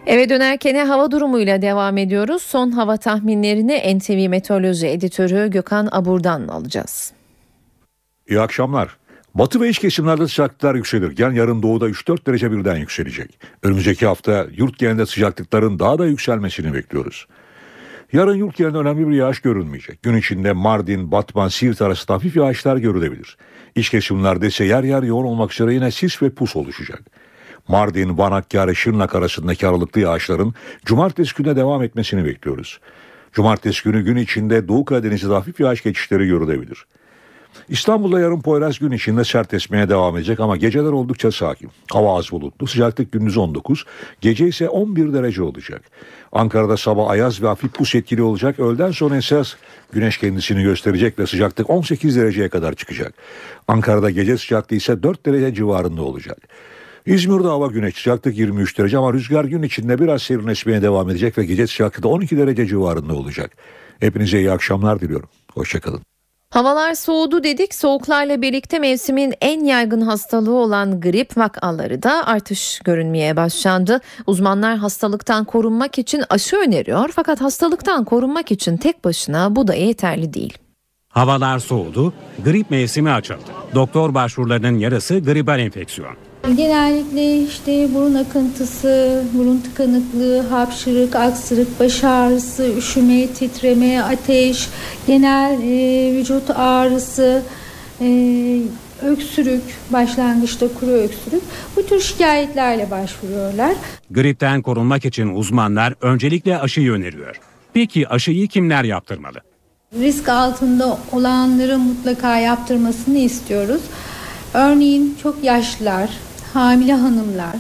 Eve dönerken hava durumuyla devam ediyoruz. Son hava tahminlerini N T V Meteoroloji Editörü Gökhan Abur'dan alacağız. İyi akşamlar. Batı ve iç kesimlerde sıcaklıklar yükselirken yarın doğuda üç dört derece birden yükselecek. Önümüzdeki hafta yurt genelinde sıcaklıkların daha da yükselmesini bekliyoruz. Yarın yurt genelinde önemli bir yağış görülmeyecek. Gün içinde Mardin, Batman, Siirt arasında hafif yağışlar görülebilir. İç kesimlerde ise yer yer yoğun olmak üzere yine sis ve pus oluşacak. Mardin, Van, Hakkari, Şırnak arasındaki aralıklı yağışların cumartesi gününe devam etmesini bekliyoruz. Cumartesi günü gün içinde Doğu Karadeniz'de hafif yağış geçişleri görülebilir. İstanbul'da yarın Poyraz gün içinde sert esmeye devam edecek ama geceler oldukça sakin. Hava az bulutlu, sıcaklık gündüz on dokuz, gece ise on bir derece olacak. Ankara'da sabah ayaz ve hafif pus etkili olacak. Öğleden sonra esas güneş kendisini gösterecek ve sıcaklık on sekiz dereceye kadar çıkacak. Ankara'da gece sıcaklığı ise dört derece civarında olacak. İzmir'de hava güneş, sıcaklık yirmi üç derece ama rüzgar gün içinde biraz serinleşmeye devam edecek ve gece sıcaklığı da on iki derece civarında olacak. Hepinize iyi akşamlar diliyorum. Hoşçakalın. Havalar soğudu dedik. Soğuklarla birlikte mevsimin en yaygın hastalığı olan grip vakaları da artış görünmeye başlandı. Uzmanlar hastalıktan korunmak için aşı öneriyor fakat hastalıktan korunmak için tek başına bu da yeterli değil. Havalar soğudu, grip mevsimi açıldı. Doktor başvurularının yarısı gribal enfeksiyon. Genellikle işte burun akıntısı, burun tıkanıklığı, hapşırık, aksırık, baş ağrısı, üşüme, titreme, ateş, genel e, vücut ağrısı, e, öksürük, başlangıçta kuru öksürük, bu tür şikayetlerle başvuruyorlar. Gripten korunmak için uzmanlar öncelikle aşıyı öneriyor. Peki aşıyı kimler yaptırmalı? Risk altında olanların mutlaka yaptırmasını istiyoruz. Örneğin çok yaşlılar, hamile hanımlar,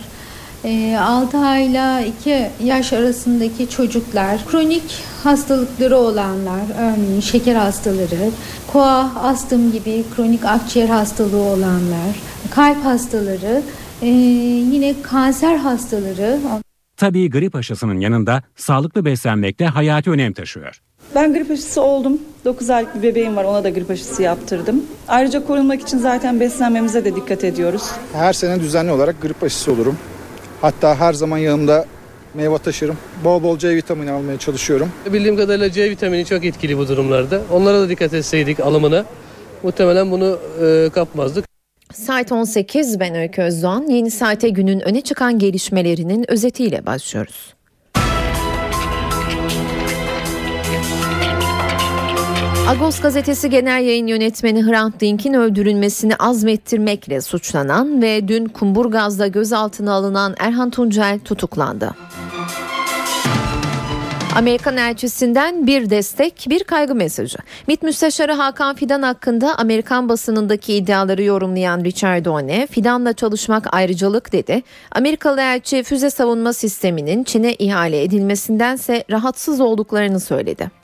altı ayla iki yaş arasındaki çocuklar, kronik hastalıkları olanlar, örneğin şeker hastaları, koa, astım gibi kronik akciğer hastalığı olanlar, kalp hastaları, yine kanser hastaları. Tabii grip aşısının yanında sağlıklı beslenmek de hayati önem taşıyor. Ben grip aşısı oldum. dokuz aylık bir bebeğim var. Ona da grip aşısı yaptırdım. Ayrıca korunmak için zaten beslenmemize de dikkat ediyoruz. Her sene düzenli olarak grip aşısı olurum. Hatta her zaman yanımda meyve taşırım. Bol bol C vitamini almaya çalışıyorum. Bildiğim kadarıyla C vitamini çok etkili bu durumlarda. Onlara da dikkat etseydik alımına muhtemelen bunu e, kapmazdık. Saat on sekiz, ben Öykü Özdoğan. Yeni saate günün öne çıkan gelişmelerinin özetiyle başlıyoruz. Agos gazetesi genel yayın yönetmeni Hrant Dink'in öldürülmesini azmettirmekle suçlanan ve dün Kumburgaz'da gözaltına alınan Erhan Tuncel tutuklandı. Amerikan elçisinden bir destek, bir kaygı mesajı. MİT Müsteşarı Hakan Fidan hakkında Amerikan basınındaki iddiaları yorumlayan Richard Doane, Fidan'la çalışmak ayrıcalık dedi. Amerikalı elçi füze savunma sisteminin Çin'e ihale edilmesindense rahatsız olduklarını söyledi.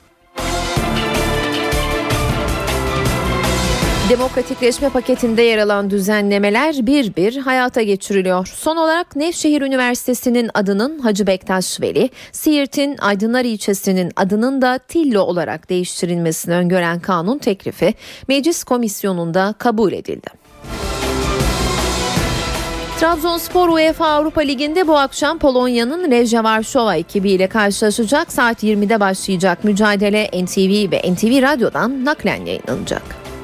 Demokratikleşme paketinde yer alan düzenlemeler bir bir hayata geçiriliyor. Son olarak Nevşehir Üniversitesi'nin adının Hacı Bektaş Veli, Siirt'in Aydınlar ilçesinin adının da Tillo olarak değiştirilmesini öngören kanun teklifi Meclis Komisyonu'nda kabul edildi. Trabzonspor UEFA Avrupa Ligi'nde bu akşam Polonya'nın Legia Varşova ekibiyle karşılaşacak. Saat yirmide başlayacak mücadele N T V ve N T V Radyo'dan naklen yayınlanacak.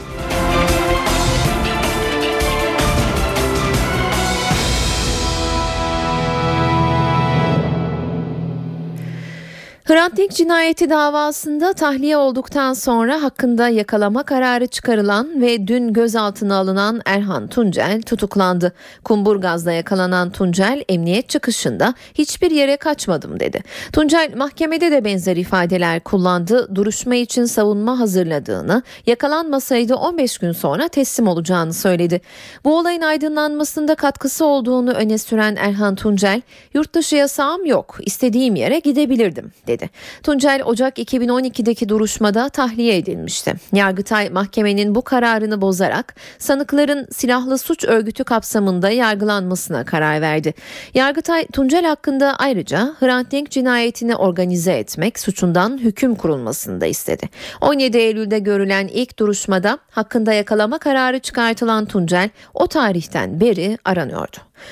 Hrant Dink cinayeti davasında tahliye olduktan sonra hakkında yakalama kararı çıkarılan ve dün gözaltına alınan Erhan Tuncel tutuklandı. Kumburgaz'da yakalanan Tuncel emniyet çıkışında hiçbir yere kaçmadım dedi. Tuncel mahkemede de benzer ifadeler kullandı. Duruşma için savunma hazırladığını, yakalanmasaydı on beş gün sonra teslim olacağını söyledi. Bu olayın aydınlanmasında katkısı olduğunu öne süren Erhan Tuncel, "Yurtdışı yasağım yok, istediğim yere gidebilirdim" dedi. Tuncel Ocak iki bin on ikideki duruşmada tahliye edilmişti. Yargıtay mahkemenin bu kararını bozarak sanıkların silahlı suç örgütü kapsamında yargılanmasına karar verdi. Yargıtay Tuncel hakkında ayrıca Hrant Dink cinayetini organize etmek suçundan hüküm kurulmasını da istedi. on yedi Eylül'de görülen ilk duruşmada hakkında yakalama kararı çıkartılan Tuncel o tarihten beri aranıyordu.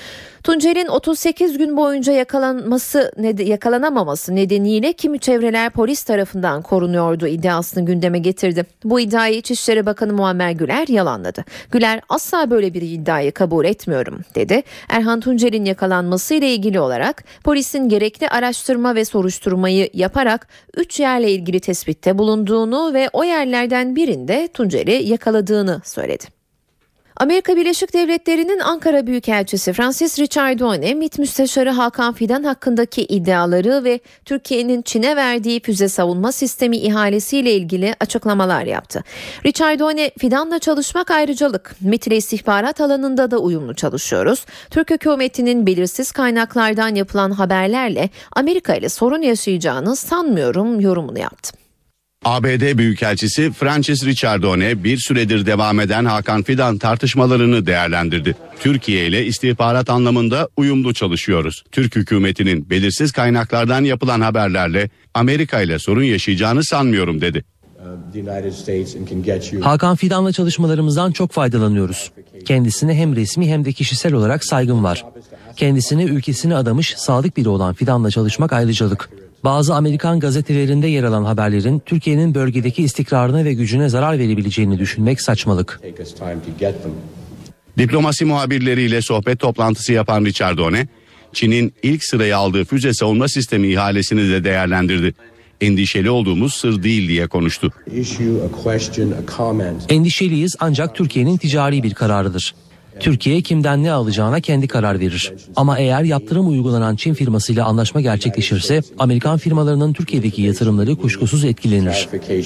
Tuncer'in otuz sekiz gün boyunca yakalanması yakalanamaması nedeniyle kimi çevreler polis tarafından korunuyordu iddiasını gündeme getirdi. Bu iddiayı İçişleri Bakanı Muammer Güler yalanladı. Güler asla böyle bir iddiayı kabul etmiyorum dedi. Erhan Tuncer'in yakalanması ile ilgili olarak polisin gerekli araştırma ve soruşturmayı yaparak üç yerle ilgili tespitte bulunduğunu ve o yerlerden birinde Tuncer'i yakaladığını söyledi. Amerika Birleşik Devletleri'nin Ankara Büyükelçisi Francis Ricciardone, MİT Müsteşarı Hakan Fidan hakkındaki iddiaları ve Türkiye'nin Çin'e verdiği füze savunma sistemi ihalesiyle ilgili açıklamalar yaptı. Ricciardone, Fidan'la çalışmak ayrıcalık. MİT ile istihbarat alanında da uyumlu çalışıyoruz. Türk hükümetinin belirsiz kaynaklardan yapılan haberlerle Amerika ile sorun yaşayacağını sanmıyorum yorumunu yaptı. A B D Büyükelçisi Francis Ricciardone bir süredir devam eden Hakan Fidan tartışmalarını değerlendirdi. Türkiye ile istihbarat anlamında uyumlu çalışıyoruz. Türk hükümetinin belirsiz kaynaklardan yapılan haberlerle Amerika ile sorun yaşayacağını sanmıyorum dedi. Hakan Fidan'la çalışmalarımızdan çok faydalanıyoruz. Kendisine hem resmi hem de kişisel olarak saygım var. Kendisine ülkesine adamış sadık biri olan Fidan'la çalışmak ayrıcalık. Bazı Amerikan gazetelerinde yer alan haberlerin Türkiye'nin bölgedeki istikrarına ve gücüne zarar verebileceğini düşünmek saçmalık. Diplomasi muhabirleriyle sohbet toplantısı yapan Ricciardone, Çin'in ilk sıraya aldığı füze savunma sistemi ihalesini de değerlendirdi. Endişeli olduğumuz sır değil diye konuştu. Endişeliyiz ancak Türkiye'nin ticari bir kararıdır. Türkiye kimden ne alacağına kendi karar verir. Ama eğer yaptırım uygulanan Çin firmasıyla anlaşma gerçekleşirse Amerikan firmalarının Türkiye'deki yatırımları kuşkusuz etkilenir.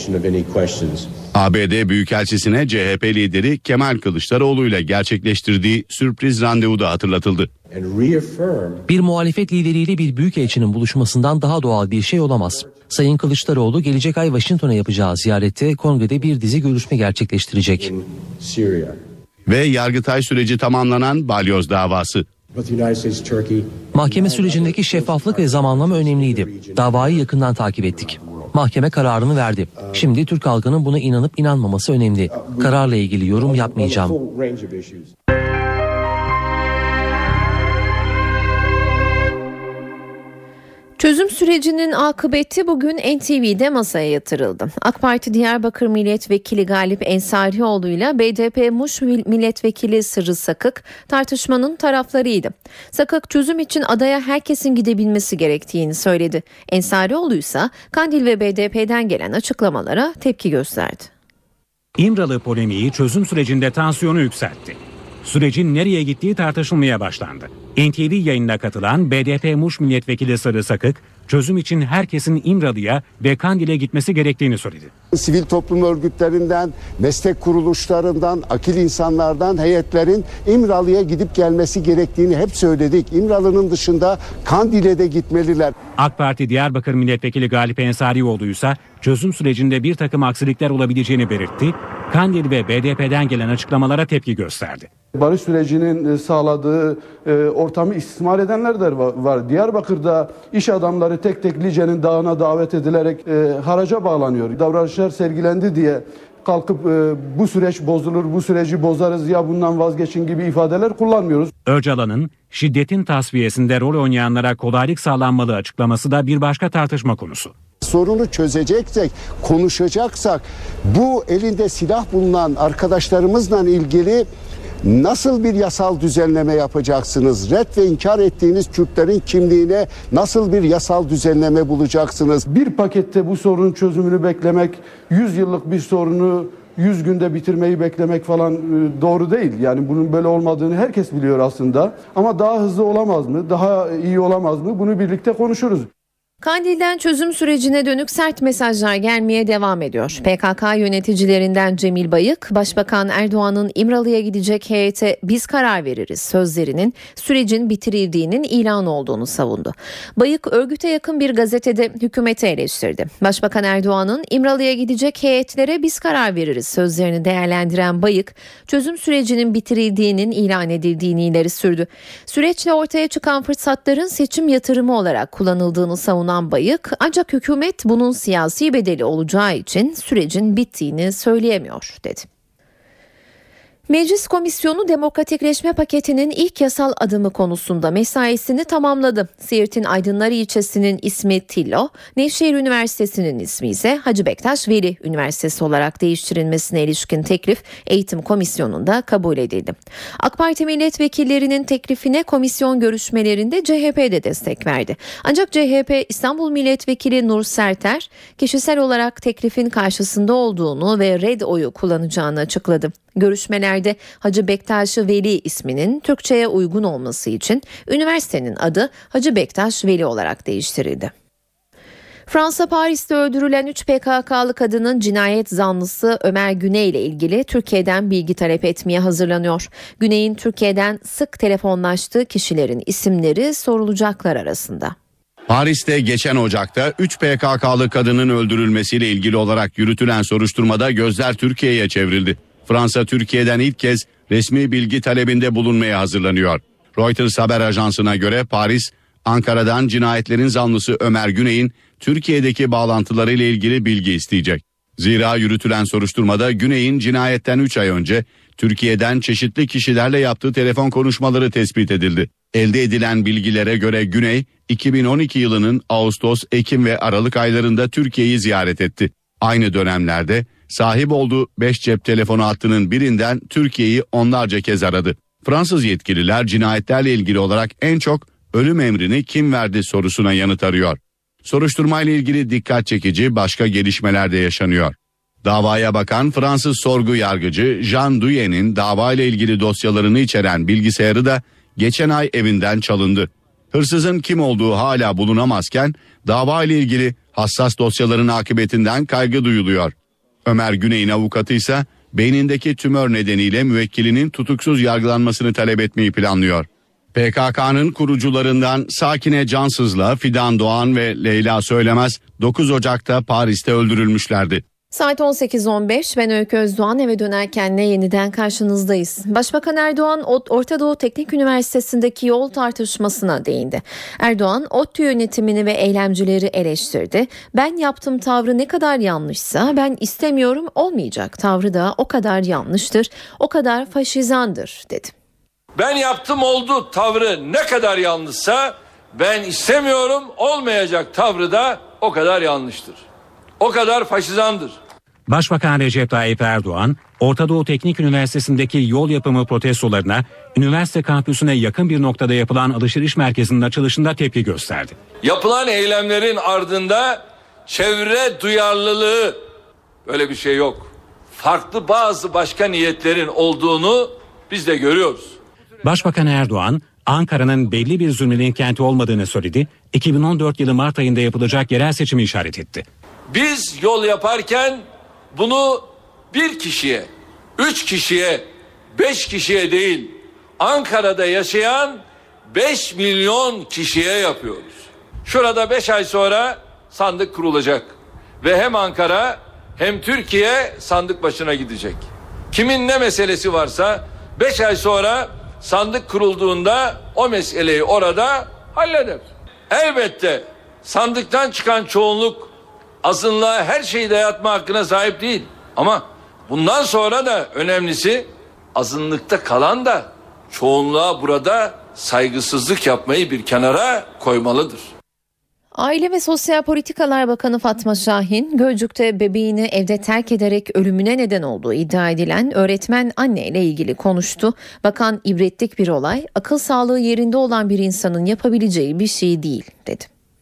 A B D Büyükelçisi'ne C H P lideri Kemal Kılıçdaroğlu ile gerçekleştirdiği sürpriz randevuda hatırlatıldı. Bir muhalefet lideriyle bir büyükelçinin buluşmasından daha doğal bir şey olamaz. Sayın Kılıçdaroğlu gelecek ay Washington'a yapacağı ziyarette kongrede bir dizi görüşme gerçekleştirecek. Ve Yargıtay süreci tamamlanan balyoz davası. Mahkeme sürecindeki şeffaflık ve zamanlama önemliydi. Davayı yakından takip ettik. Mahkeme kararını verdi. Şimdi Türk halkının buna inanıp inanmaması önemli. Kararla ilgili yorum yapmayacağım. Çözüm sürecinin akıbeti bugün N T V'de masaya yatırıldı. AK Parti Diyarbakır Milletvekili Galip Ensarioğlu ile B D P Muş Milletvekili Sırrı Sakık tartışmanın taraflarıydı. Sakık çözüm için adaya herkesin gidebilmesi gerektiğini söyledi. Ensarioğlu ise Kandil ve B D P'den gelen açıklamalara tepki gösterdi. İmralı polemiği çözüm sürecinde tansiyonu yükseltti. Sürecin nereye gittiği tartışılmaya başlandı. N T V yayınına katılan B D P Muş Milletvekili Sarı Sakık, çözüm için herkesin İmralı'ya ve Kandil'e gitmesi gerektiğini söyledi. Sivil toplum örgütlerinden, meslek kuruluşlarından, akil insanlardan heyetlerin İmralı'ya gidip gelmesi gerektiğini hep söyledik. İmralı'nın dışında Kandil'e de gitmeliler. AK Parti Diyarbakır Milletvekili Galip Ensarioğlu ise çözüm sürecinde bir takım aksilikler olabileceğini belirtti. Kandil ve B D P'den gelen açıklamalara tepki gösterdi. Barış sürecinin sağladığı e, ortamı istismar edenler de var. Diyarbakır'da iş adamları tek tek Lice'nin dağına davet edilerek e, haraca bağlanıyor. Davranışlar sergilendi diye kalkıp e, bu süreç bozulur, bu süreci bozarız ya bundan vazgeçin gibi ifadeler kullanmıyoruz. Öcalan'ın şiddetin tasfiyesinde rol oynayanlara kolaylık sağlanmalı açıklaması da bir başka tartışma konusu. Sorunu çözeceksek, konuşacaksak bu elinde silah bulunan arkadaşlarımızla ilgili nasıl bir yasal düzenleme yapacaksınız? Red ve inkar ettiğiniz Kürtlerin kimliğine nasıl bir yasal düzenleme bulacaksınız? Bir pakette bu sorunun çözümünü beklemek, yüz yıllık bir sorunu yüz günde bitirmeyi beklemek falan doğru değil. Yani bunun böyle olmadığını herkes biliyor aslında. Ama daha hızlı olamaz mı? Daha iyi olamaz mı? Bunu birlikte konuşuruz. Kandil'den çözüm sürecine dönük sert mesajlar gelmeye devam ediyor. P K K yöneticilerinden Cemil Bayık, Başbakan Erdoğan'ın İmralı'ya gidecek heyete biz karar veririz sözlerinin sürecin bitirildiğinin ilan olduğunu savundu. Bayık, örgüte yakın bir gazetede hükümeti eleştirdi. Başbakan Erdoğan'ın İmralı'ya gidecek heyetlere biz karar veririz sözlerini değerlendiren Bayık, çözüm sürecinin bitirildiğinin ilan edildiğini ileri sürdü. Süreçle ortaya çıkan fırsatların seçim yatırımı olarak kullanıldığını savunan Bayık, ancak hükümet bunun siyasi bedeli olacağı için sürecin bittiğini söyleyemiyor dedi. Meclis Komisyonu Demokratikleşme Paketi'nin ilk yasal adımı konusunda mesaisini tamamladı. Siirt'in Aydınlar ilçesinin ismi Tillo, Nevşehir Üniversitesi'nin ismi ise Hacı Bektaş Veli Üniversitesi olarak değiştirilmesine ilişkin teklif Eğitim Komisyonu'nda kabul edildi. AK Parti milletvekillerinin teklifine komisyon görüşmelerinde C H P de destek verdi. Ancak C H P İstanbul Milletvekili Nur Serter, kişisel olarak teklifin karşısında olduğunu ve red oyu kullanacağını açıkladı. Görüşmelerde Hacı Bektaş Veli isminin Türkçe'ye uygun olması için üniversitenin adı Hacı Bektaş Veli olarak değiştirildi. Fransa Paris'te öldürülen üç P K K'lı kadının cinayet zanlısı Ömer Güney ile ilgili Türkiye'den bilgi talep etmeye hazırlanıyor. Güney'in Türkiye'den sık telefonlaştığı kişilerin isimleri sorulacaklar arasında. Paris'te geçen Ocak'ta üç P K K'lı kadının öldürülmesiyle ilgili olarak yürütülen soruşturmada gözler Türkiye'ye çevrildi. Fransa Türkiye'den ilk kez resmi bilgi talebinde bulunmaya hazırlanıyor. Reuters haber ajansına göre Paris, Ankara'dan cinayetlerin zanlısı Ömer Güney'in Türkiye'deki bağlantılarıyla ilgili bilgi isteyecek. Zira yürütülen soruşturmada Güney'in cinayetten üç ay önce Türkiye'den çeşitli kişilerle yaptığı telefon konuşmaları tespit edildi. Elde edilen bilgilere göre Güney, iki bin on iki yılının Ağustos, Ekim ve Aralık aylarında Türkiye'yi ziyaret etti. Aynı dönemlerde sahip olduğu beş cep telefonu hattının birinden Türkiye'yi onlarca kez aradı. Fransız yetkililer cinayetlerle ilgili olarak en çok ölüm emrini kim verdi sorusuna yanıt arıyor. Soruşturmayla ilgili dikkat çekici başka gelişmeler de yaşanıyor. Davaya bakan Fransız sorgu yargıcı Jean Duyet'in davayla ilgili dosyalarını içeren bilgisayarı da geçen ay evinden çalındı. Hırsızın kim olduğu hala bulunamazken davayla ilgili hassas dosyaların akıbetinden kaygı duyuluyor. Ömer Güney'in avukatı ise beynindeki tümör nedeniyle müvekkilinin tutuksuz yargılanmasını talep etmeyi planlıyor. P K K'nın kurucularından Sakine Cansız'la Fidan Doğan ve Leyla Söylemez dokuz Ocak'ta Paris'te öldürülmüşlerdi. Saat on sekiz on beş, ben Öykü Özdoğan, eve dönerken yeniden karşınızdayız. Başbakan Erdoğan Orta Doğu Teknik Üniversitesi'ndeki yol tartışmasına değindi. Erdoğan ODTÜ yönetimini ve eylemcileri eleştirdi. Ben yaptım tavrı ne kadar yanlışsa ben istemiyorum olmayacak tavrı da o kadar yanlıştır, o kadar faşizandır dedi. Ben yaptım oldu tavrı ne kadar yanlışsa ben istemiyorum olmayacak tavrı da o kadar yanlıştır. O kadar faşizandır. Başbakan Recep Tayyip Erdoğan, Orta Doğu Teknik Üniversitesi'ndeki yol yapımı protestolarına üniversite kampüsüne yakın bir noktada yapılan alışveriş merkezinin açılışında tepki gösterdi. Yapılan eylemlerin ardında çevre duyarlılığı, öyle bir şey yok. Farklı bazı başka niyetlerin olduğunu biz de görüyoruz. Başbakan Erdoğan, Ankara'nın belli bir zümrenin kenti olmadığını söyledi. iki bin on dört yılı Mart ayında yapılacak yerel seçimi işaret etti. Biz yol yaparken bunu bir kişiye, üç kişiye, beş kişiye değil, Ankara'da yaşayan beş milyon kişiye yapıyoruz. Şurada beş ay sonra sandık kurulacak ve hem Ankara hem Türkiye sandık başına gidecek. Kimin ne meselesi varsa beş ay sonra sandık kurulduğunda o meseleyi orada halleder. Elbette sandıktan çıkan çoğunluk azınlığa her şeyi dayatma hakkına sahip değil. Ama bundan sonra da önemlisi azınlıkta kalan da çoğunluğa burada saygısızlık yapmayı bir kenara koymalıdır. Aile ve Sosyal Politikalar Bakanı Fatma Şahin, Gölcük'te bebeğini evde terk ederek ölümüne neden olduğu iddia edilen öğretmen anne ile ilgili konuştu. Bakan ibretlik bir olay, akıl sağlığı yerinde olan bir insanın yapabileceği bir şey değil dedi.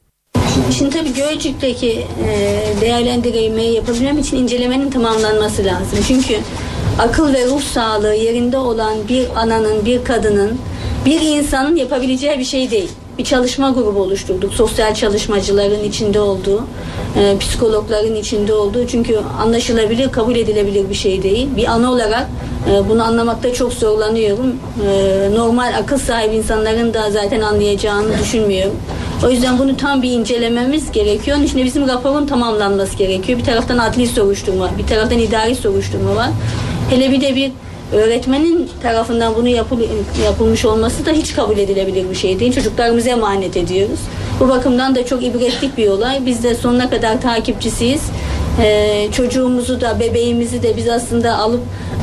Şimdi tabii Gölcük'teki değerlendirmeyi yapabilmem için incelemenin tamamlanması lazım. Çünkü akıl ve ruh sağlığı yerinde olan bir ananın, bir kadının, bir insanın yapabileceği bir şey değil. Bir çalışma grubu oluşturduk. Sosyal çalışmacıların içinde olduğu, e, psikologların içinde olduğu. Çünkü anlaşılabilir, kabul edilebilir bir şey değil. Bir ana olarak e, bunu anlamakta çok zorlanıyorum. E, normal akıl sahibi insanların da zaten anlayacağını düşünmüyorum. O yüzden bunu tam bir incelememiz gerekiyor. Onun için de bizim raporun tamamlanması gerekiyor. Bir taraftan adli soruşturma, bir taraftan idari soruşturma var. Hele bir de bir öğretmenin tarafından bunu yapıl, yapılmış olması da hiç kabul edilebilir bir şey değil. Çocuklarımıza emanet ediyoruz. Bu bakımdan da çok ibretlik bir olay. Biz de sonuna kadar takipçisiyiz. Ee, çocuğumuzu da bebeğimizi de biz aslında alıp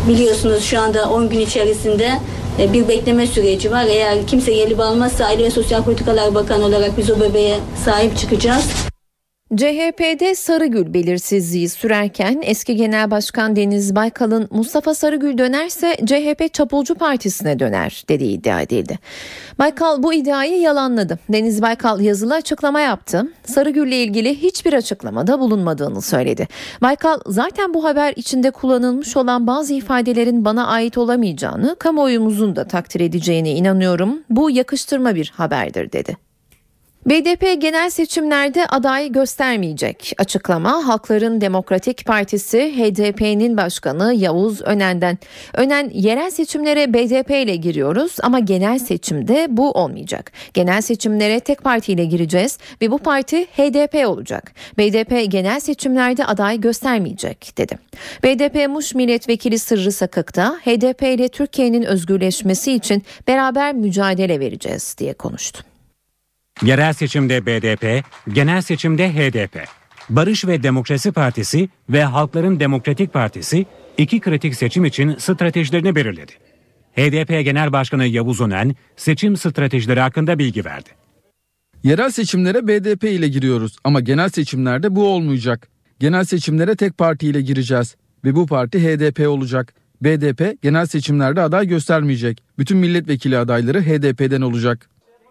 Biliyorsunuz şu anda on gün içerisinde bir bekleme süreci var. Eğer kimse gelip almazsa Aile ve Sosyal Politikalar Bakanı olarak biz o bebeğe sahip çıkacağız. C H P'de Sarıgül belirsizliği sürerken eski Genel Başkan Deniz Baykal'ın Mustafa Sarıgül dönerse C H P Çapulcu Partisi'ne döner dediği iddia edildi. Baykal bu iddiayı yalanladı. Deniz Baykal yazılı açıklama yaptı. Sarıgül'le ilgili hiçbir açıklamada bulunmadığını söyledi. Baykal zaten bu haber içinde kullanılmış olan bazı ifadelerin bana ait olamayacağını, kamuoyumuzun da takdir edeceğine inanıyorum. Bu yakıştırma bir haberdir dedi. B D P genel seçimlerde aday göstermeyecek. Açıklama Halkların Demokratik Partisi H D P'nin başkanı Yavuz Önen'den. Önen, yerel seçimlere B D P ile giriyoruz ama genel seçimde bu olmayacak. Genel seçimlere tek partiyle gireceğiz ve bu parti H D P olacak. B D P genel seçimlerde aday göstermeyecek dedi. B D P Muş Milletvekili Sırrı Sakık da H D P ile Türkiye'nin özgürleşmesi için beraber mücadele vereceğiz diye konuştu. Yerel seçimde B D P, genel seçimde H D P. Barış ve Demokrasi Partisi ve Halkların Demokratik Partisi iki kritik seçim için stratejilerini belirledi. H D P Genel Başkanı Yavuz Önen seçim stratejileri hakkında bilgi verdi. Yerel seçimlere B D P ile giriyoruz ama genel seçimlerde bu olmayacak. Genel seçimlere tek parti ile gireceğiz ve bu parti H D P olacak. B D P genel seçimlerde aday göstermeyecek. Bütün milletvekili adayları H D P'den olacak.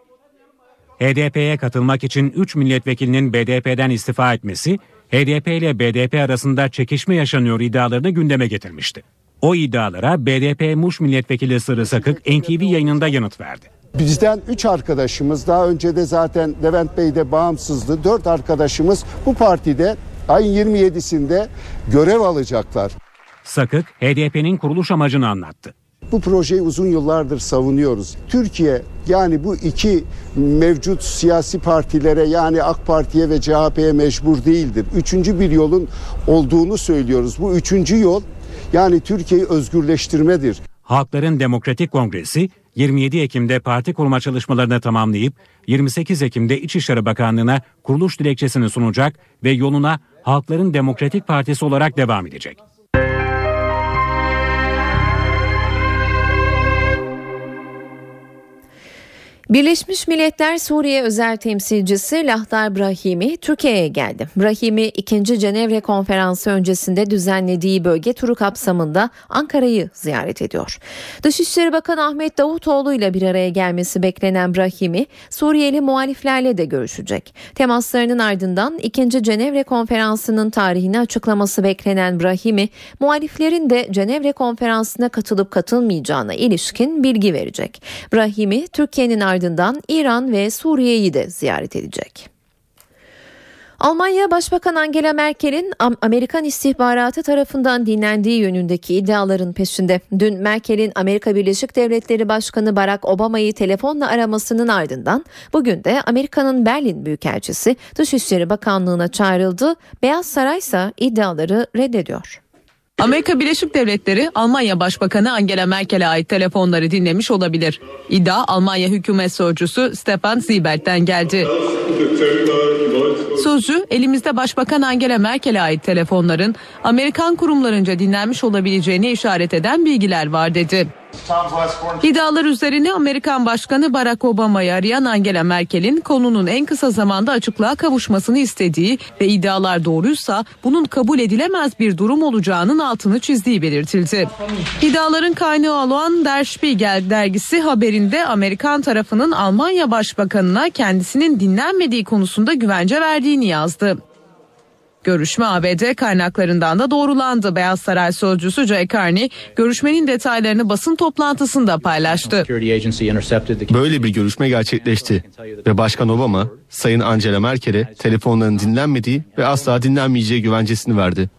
H D P'ye katılmak için üç milletvekilinin B D P'den istifa etmesi, H D P ile B D P arasında çekişme yaşanıyor iddialarını gündeme getirmişti. O iddialara B D P Muş Milletvekili Sırrı Sakık N T V yayınında yanıt verdi. Bizden üç arkadaşımız, daha önce de zaten Levent Bey de bağımsızdı. dört arkadaşımız bu partide ayın yirmi yedisinde görev alacaklar. Sakık H D P'nin kuruluş amacını anlattı. Bu projeyi uzun yıllardır savunuyoruz. Türkiye, yani bu iki mevcut siyasi partilere, yani AK Parti'ye ve C H P'ye mecbur değildir. Üçüncü bir yolun olduğunu söylüyoruz. Bu üçüncü yol, yani Türkiye'yi özgürleştirmedir. Halkların Demokratik Kongresi yirmi yedi Ekim'de parti kurma çalışmalarını tamamlayıp yirmi sekiz Ekim'de İçişleri Bakanlığı'na kuruluş dilekçesini sunacak ve yoluna Halkların Demokratik Partisi olarak devam edecek. Birleşmiş Milletler Suriye Özel Temsilcisi Lahtar Brahimi Türkiye'ye geldi. Brahimi ikinci Cenevre Konferansı öncesinde düzenlediği bölge turu kapsamında Ankara'yı ziyaret ediyor. Dışişleri Bakanı Ahmet Davutoğlu ile bir araya gelmesi beklenen Brahimi, Suriyeli muhaliflerle de görüşecek. Temaslarının ardından ikinci Cenevre Konferansı'nın tarihini açıklaması beklenen Brahimi, muhaliflerin de Cenevre Konferansı'na katılıp katılmayacağına ilişkin bilgi verecek. Brahimi, Türkiye'nin ardından Ardından İran ve Suriye'yi de ziyaret edecek. Almanya Başbakan Angela Merkel'in Amerikan istihbaratı tarafından dinlendiği yönündeki iddiaların peşinde. Dün Merkel'in Amerika Birleşik Devletleri Başkanı Barack Obama'yı telefonla aramasının ardından bugün de Amerika'nın Berlin Büyükelçisi Dışişleri Bakanlığı'na çağrıldı. Beyaz Saray ise iddiaları reddediyor. Amerika Birleşik Devletleri, Almanya Başbakanı Angela Merkel'e ait telefonları dinlemiş olabilir. İddia Almanya Hükümet Sözcüsü Stefan Siebert'ten geldi. Sözcü, elimizde Başbakan Angela Merkel'e ait telefonların Amerikan kurumlarınca dinlenmiş olabileceğine işaret eden bilgiler var dedi. İddialar üzerine Amerikan Başkanı Barack Obama'yı arayan Angela Merkel'in konunun en kısa zamanda açıklığa kavuşmasını istediği ve iddialar doğruysa bunun kabul edilemez bir durum olacağının altını çizdiği belirtildi. İddiaların kaynağı olan Der Spiegel dergisi haberinde Amerikan tarafının Almanya Başbakanına kendisinin dinlenmediği konusunda güvence verdiğini yazdı. Görüşme A B D kaynaklarından da doğrulandı. Beyaz Saray sözcüsü Jay Carney, görüşmenin detaylarını basın toplantısında paylaştı. Böyle bir görüşme gerçekleşti ve Başkan Obama, Sayın Angela Merkel'e telefonların dinlenmediği ve asla dinlenmeyeceği güvencesini verdi.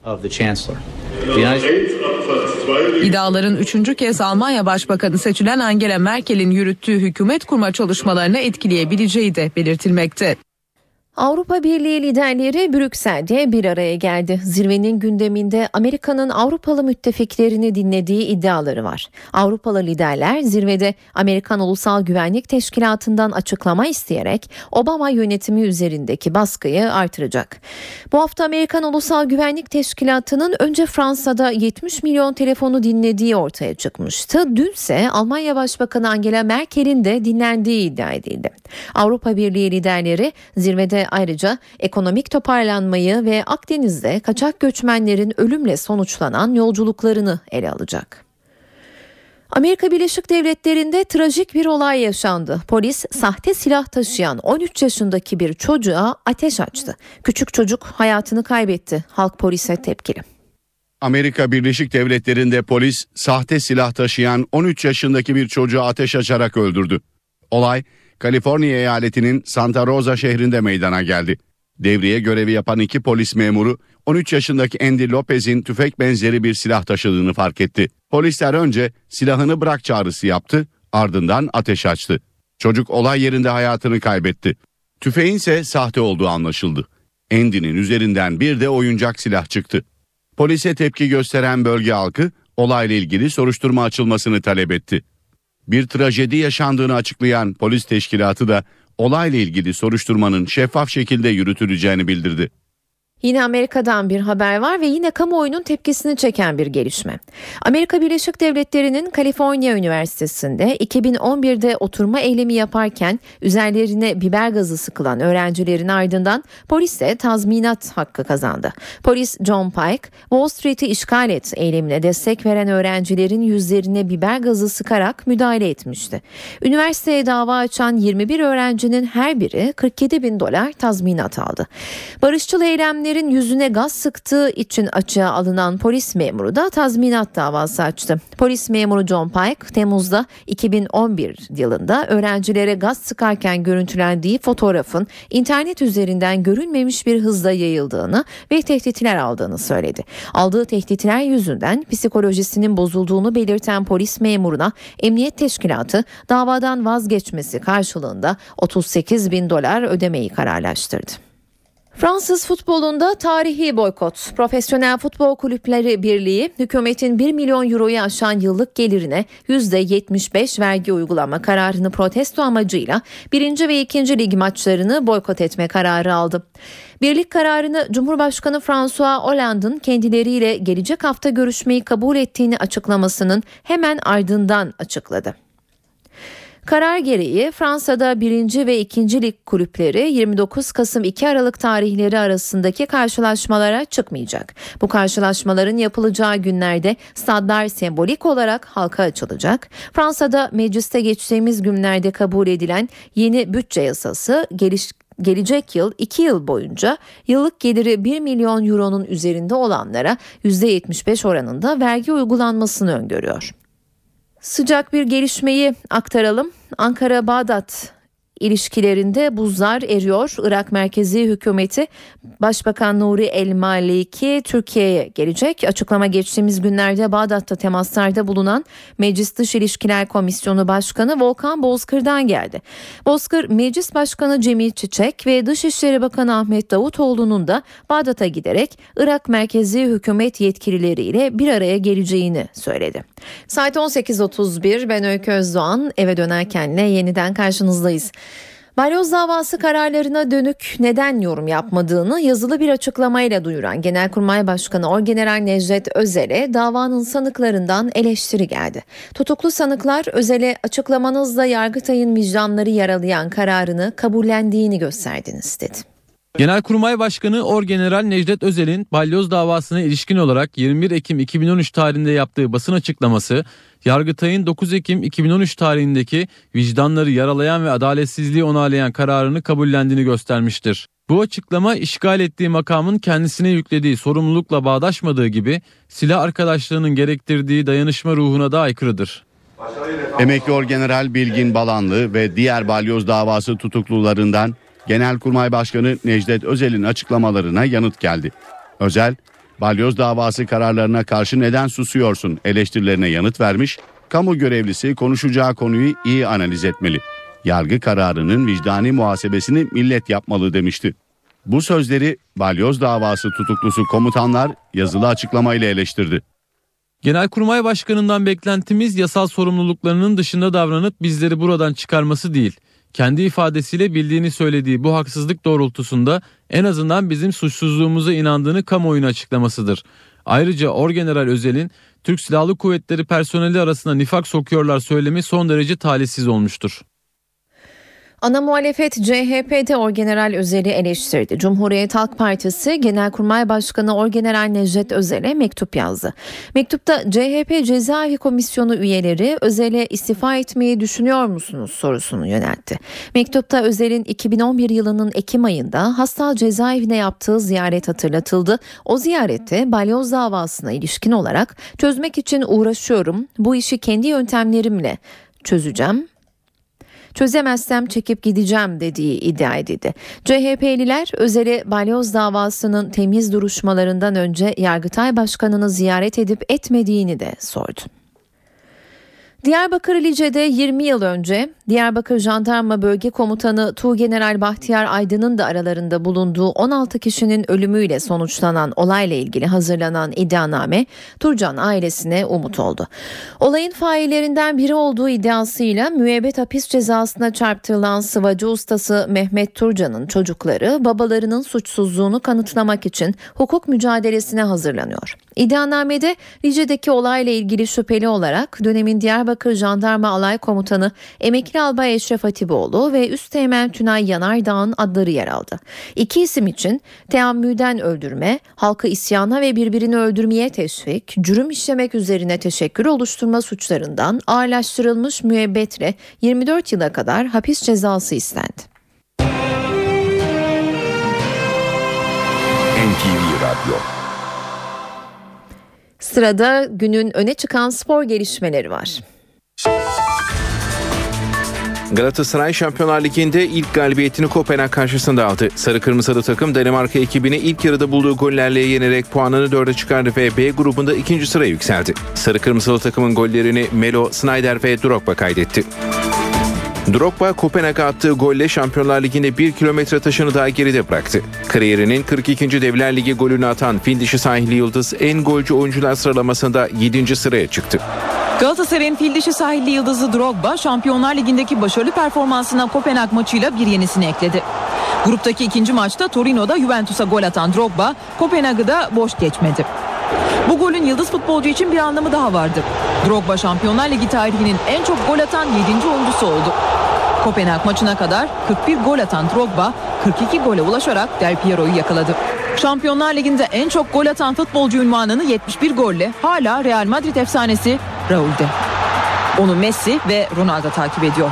İddiaların üçüncü kez Almanya Başbakanı seçilen Angela Merkel'in yürüttüğü hükümet kurma çalışmalarını etkileyebileceği de belirtilmekte. Avrupa Birliği liderleri Brüksel'de bir araya geldi. Zirvenin gündeminde Amerika'nın Avrupalı müttefiklerini dinlediği iddiaları var. Avrupalı liderler zirvede Amerikan Ulusal Güvenlik Teşkilatı'ndan açıklama isteyerek Obama yönetimi üzerindeki baskıyı artıracak. Bu hafta Amerikan Ulusal Güvenlik Teşkilatı'nın önce Fransa'da yetmiş milyon telefonu dinlediği ortaya çıkmıştı. Dünse Almanya Başbakanı Angela Merkel'in de dinlendiği iddia edildi. Avrupa Birliği liderleri zirvede ayrıca ekonomik toparlanmayı ve Akdeniz'de kaçak göçmenlerin ölümle sonuçlanan yolculuklarını ele alacak. Amerika Birleşik Devletleri'nde trajik bir olay yaşandı. Polis sahte silah taşıyan on üç yaşındaki bir çocuğa ateş açtı. Küçük çocuk hayatını kaybetti. Halk polise tepkili. Amerika Birleşik Devletleri'nde polis sahte silah taşıyan on üç yaşındaki bir çocuğu ateş açarak öldürdü. Olay Kaliforniya eyaletinin Santa Rosa şehrinde meydana geldi. Devriye görevi yapan iki polis memuru on üç yaşındaki Andy Lopez'in tüfek benzeri bir silah taşıdığını fark etti. Polisler önce silahını bırak çağrısı yaptı, ardından ateş açtı. Çocuk olay yerinde hayatını kaybetti. Tüfeğin ise sahte olduğu anlaşıldı. Andy'nin üzerinden bir de oyuncak silah çıktı. Polise tepki gösteren bölge halkı olayla ilgili soruşturma açılmasını talep etti. Bir trajedi yaşandığını açıklayan polis teşkilatı da olayla ilgili soruşturmanın şeffaf şekilde yürütüleceğini bildirdi. Yine Amerika'dan bir haber var ve yine kamuoyunun tepkisini çeken bir gelişme. Amerika Birleşik Devletleri'nin Kaliforniya Üniversitesi'nde iki bin on birde oturma eylemi yaparken üzerlerine biber gazı sıkılan öğrencilerin ardından polis de tazminat hakkı kazandı. Polis John Pike, Wall Street'i işgal et eylemine destek veren öğrencilerin yüzlerine biber gazı sıkarak müdahale etmişti. Üniversiteye dava açan yirmi bir öğrencinin her biri kırk yedi bin dolar tazminat aldı. Barışçıl eylemleri yüzüne gaz sıktığı için açığa alınan polis memuru da tazminat davası açtı. Polis memuru John Pike, Temmuz'da iki bin on bir yılında öğrencilere gaz sıkarken görüntülendiği fotoğrafın internet üzerinden görülmemiş bir hızla yayıldığını ve tehditler aldığını söyledi. Aldığı tehditler yüzünden psikolojisinin bozulduğunu belirten polis memuruna emniyet teşkilatı davadan vazgeçmesi karşılığında otuz sekiz bin dolar ödemeyi kararlaştırdı. Fransız futbolunda tarihi boykot. Profesyonel Futbol Kulüpleri Birliği hükümetin bir milyon euroyu aşan yıllık gelirine yüzde yetmiş beş vergi uygulama kararını protesto amacıyla birinci ve ikinci lig maçlarını boykot etme kararı aldı. Birlik kararını Cumhurbaşkanı François Hollande'ın kendileriyle gelecek hafta görüşmeyi kabul ettiğini açıklamasının hemen ardından açıkladı. Karar gereği Fransa'da birinci ve ikinci lig kulüpleri yirmi dokuz Kasım iki Aralık tarihleri arasındaki karşılaşmalara çıkmayacak. Bu karşılaşmaların yapılacağı günlerde stadlar sembolik olarak halka açılacak. Fransa'da mecliste geçtiğimiz günlerde kabul edilen yeni bütçe yasası geliş Gelecek yıl iki yıl boyunca yıllık geliri bir milyon euronun üzerinde olanlara yüzde yetmiş beş oranında vergi uygulanmasını öngörüyor. Sıcak bir gelişmeyi aktaralım. Ankara-Bağdat ilişkilerinde buzlar eriyor. Irak merkezi hükümeti Başbakan Nuri el-Maliki Türkiye'ye gelecek. Açıklama geçtiğimiz günlerde Bağdat'ta temaslarda bulunan Meclis Dış İlişkiler Komisyonu Başkanı Volkan Bozkır'dan geldi. Bozkır, Meclis Başkanı Cemil Çiçek ve Dışişleri Bakanı Ahmet Davutoğlu'nun da Bağdat'a giderek Irak merkezi hükümet yetkilileriyle bir araya geleceğini söyledi. Saat on sekiz otuz bir, ben Öykü Özdoğan, eve dönerkenle yeniden karşınızdayız. Balyoz davası kararlarına dönük neden yorum yapmadığını yazılı bir açıklamayla duyuran Genelkurmay Başkanı Orgeneral Necdet Özel'e davanın sanıklarından eleştiri geldi. Tutuklu sanıklar Özel'e açıklamanızda Yargıtay'ın vicdanları yaralayan kararını kabullendiğini gösterdiniz dedi. Genelkurmay Başkanı Orgeneral Necdet Özel'in balyoz davasına ilişkin olarak yirmi bir Ekim iki bin on üç tarihinde yaptığı basın açıklaması, Yargıtay'ın dokuz Ekim iki bin on üç tarihindeki vicdanları yaralayan ve adaletsizliği onaylayan kararını kabullendiğini göstermiştir. Bu açıklama işgal ettiği makamın kendisine yüklediği sorumlulukla bağdaşmadığı gibi silah arkadaşlığının gerektirdiği dayanışma ruhuna da aykırıdır. Emekli Orgeneral Bilgin Balanlı ve diğer balyoz davası tutuklularından Genelkurmay Başkanı Necdet Özel'in açıklamalarına yanıt geldi. Özel, balyoz davası kararlarına karşı neden susuyorsun eleştirilerine yanıt vermiş, kamu görevlisi konuşacağı konuyu iyi analiz etmeli. Yargı kararının vicdani muhasebesini millet yapmalı demişti. Bu sözleri balyoz davası tutuklusu komutanlar yazılı açıklamayla eleştirdi. Genelkurmay Başkanı'ndan beklentimiz yasal sorumluluklarının dışında davranıp bizleri buradan çıkarması değil. Kendi ifadesiyle bildiğini söylediği bu haksızlık doğrultusunda en azından bizim suçsuzluğumuza inandığını kamuoyuna açıklamasıdır. Ayrıca Orgeneral Özel'in Türk Silahlı Kuvvetleri personeli arasında nifak sokuyorlar söylemi son derece talihsiz olmuştur. Ana muhalefet C H P'de Orgeneral Özel'i eleştirdi. Cumhuriyet Halk Partisi Genelkurmay Başkanı Orgeneral Necdet Özel'e mektup yazdı. Mektupta C H P Cezaevi Komisyonu üyeleri Özel'e istifa etmeyi düşünüyor musunuz sorusunu yöneltti. Mektupta Özel'in iki bin on bir yılının Ekim ayında Hastal cezaevine yaptığı ziyaret hatırlatıldı. O ziyarette balyoz davasına ilişkin olarak çözmek için uğraşıyorum. Bu işi kendi yöntemlerimle çözeceğim. Çözemezsem çekip gideceğim dediği iddia edildi. C H P'liler Özel'e balyoz davasının temiz duruşmalarından önce Yargıtay Başkanı'nı ziyaret edip etmediğini de sordu. Diyarbakır Lice'de yirmi yıl önce Diyarbakır Jandarma Bölge Komutanı Tuğgeneral Bahtiyar Aydın'ın da aralarında bulunduğu on altı kişinin ölümüyle sonuçlanan olayla ilgili hazırlanan iddianame Turcan ailesine umut oldu. Olayın faillerinden biri olduğu iddiasıyla müebbet hapis cezasına çarptırılan sıvacı ustası Mehmet Turcan'ın çocukları babalarının suçsuzluğunu kanıtlamak için hukuk mücadelesine hazırlanıyor. İddianamede Lice'deki olayla ilgili şüpheli olarak dönemin Diyarbakır Jandarma Alay Komutanı Emekli Albay Eşref Hatipoğlu ve Üsteğmen Tünay Yanardağ'ın adları yer aldı. İki isim için teammüden öldürme, halkı isyana ve birbirini öldürmeye teşvik, cürüm işlemek üzerine teşekkür oluşturma suçlarından ağırlaştırılmış müebbetle yirmi dört yıla kadar hapis cezası istendi. N T V Radyo. Sırada günün öne çıkan spor gelişmeleri var. Galatasaray Şampiyonlar Ligi'nde ilk galibiyetini Kopenhag karşısında aldı. Sarı Kırmızılı takım Danimarka ekibini ilk yarıda bulduğu gollerle yenerek puanını dörde çıkardı ve B grubunda ikinci sıraya yükseldi. Sarı Kırmızılı takımın gollerini Melo, Sneijder ve Drogba kaydetti. Drogba Kopenhag'a attığı golle Şampiyonlar Ligi'nde bir kilometre taşını daha geride bıraktı. Kariyerinin kırk ikinci Devler Ligi golünü atan fil dişi sahilli yıldız en golcü oyuncular sıralamasında yedinci sıraya çıktı. Galatasaray'ın fil dişi sahilli yıldızı Drogba Şampiyonlar Ligi'ndeki başarılı performansına Kopenhag maçıyla bir yenisini ekledi. Gruptaki ikinci maçta Torino'da Juventus'a gol atan Drogba Kopenhag'ı da boş geçmedi. Bu golün yıldız futbolcu için bir anlamı daha vardı. Drogba Şampiyonlar Ligi tarihinin en çok gol atan yedinci oyuncusu oldu. Kopenhag maçına kadar kırk bir gol atan Drogba kırk iki gole ulaşarak Del Piero'yu yakaladı. Şampiyonlar Ligi'nde en çok gol atan futbolcu unvanını yetmiş bir golle hala Real Madrid efsanesi Raul'de. Onu Messi ve Ronaldo takip ediyor.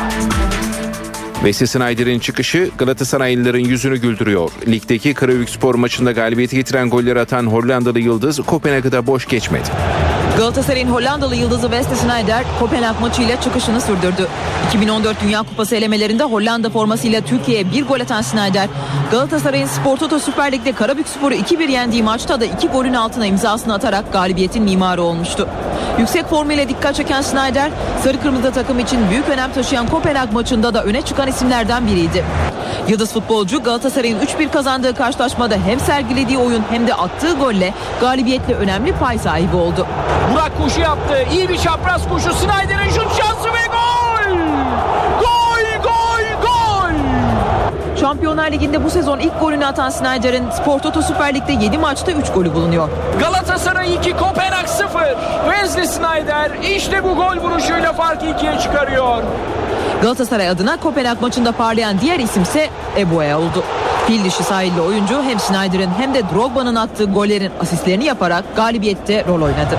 Wesley Sneijder'in çıkışı Galatasaraylıların yüzünü güldürüyor. Ligdeki Karabükspor maçında galibiyeti getiren golleri atan Hollandalı yıldız Kopenhag'ı da boş geçmedi. Galatasaray'ın Hollandalı yıldızı Wesley Sneijder Kopenhag maçıyla çıkışını sürdürdü. iki bin on dört Dünya Kupası elemelerinde Hollanda formasıyla Türkiye'ye bir gol atan Sneijder, Galatasaray'ın Spor Toto Süper Lig'de Karabükspor'u iki bir yendiği maçta da iki golün altına imzasını atarak galibiyetin mimarı olmuştu. Yüksek formuyla dikkat çeken Sneijder, sarı kırmızı takım için büyük önem taşıyan Kopenhag maçında da öne çıkan isimlerden biriydi. Yıldız futbolcu Galatasaray'ın üç bir kazandığı karşılaşmada hem sergilediği oyun hem de attığı golle galibiyetle önemli pay sahibi oldu. Burak koşu yaptı. İyi bir çapraz koşu. Sneijder'in şut şansı ve gol! Gol, gol, gol! Şampiyonlar Ligi'nde bu sezon ilk golünü atan Sneijder'in Spor Toto Süper Lig'de yedi maçta üç golü bulunuyor. Galatasaray iki, Kopenhag sıfır. Wesley Sneijder işte bu gol vuruşuyla farkı ikiye çıkarıyor. Galatasaray adına Kopenhag maçında parlayan diğer isimse Eboe oldu. Fil dişi sahilli oyuncu hem Sneijder'in hem de Drogba'nın attığı gollerin asistlerini yaparak galibiyette rol oynadı.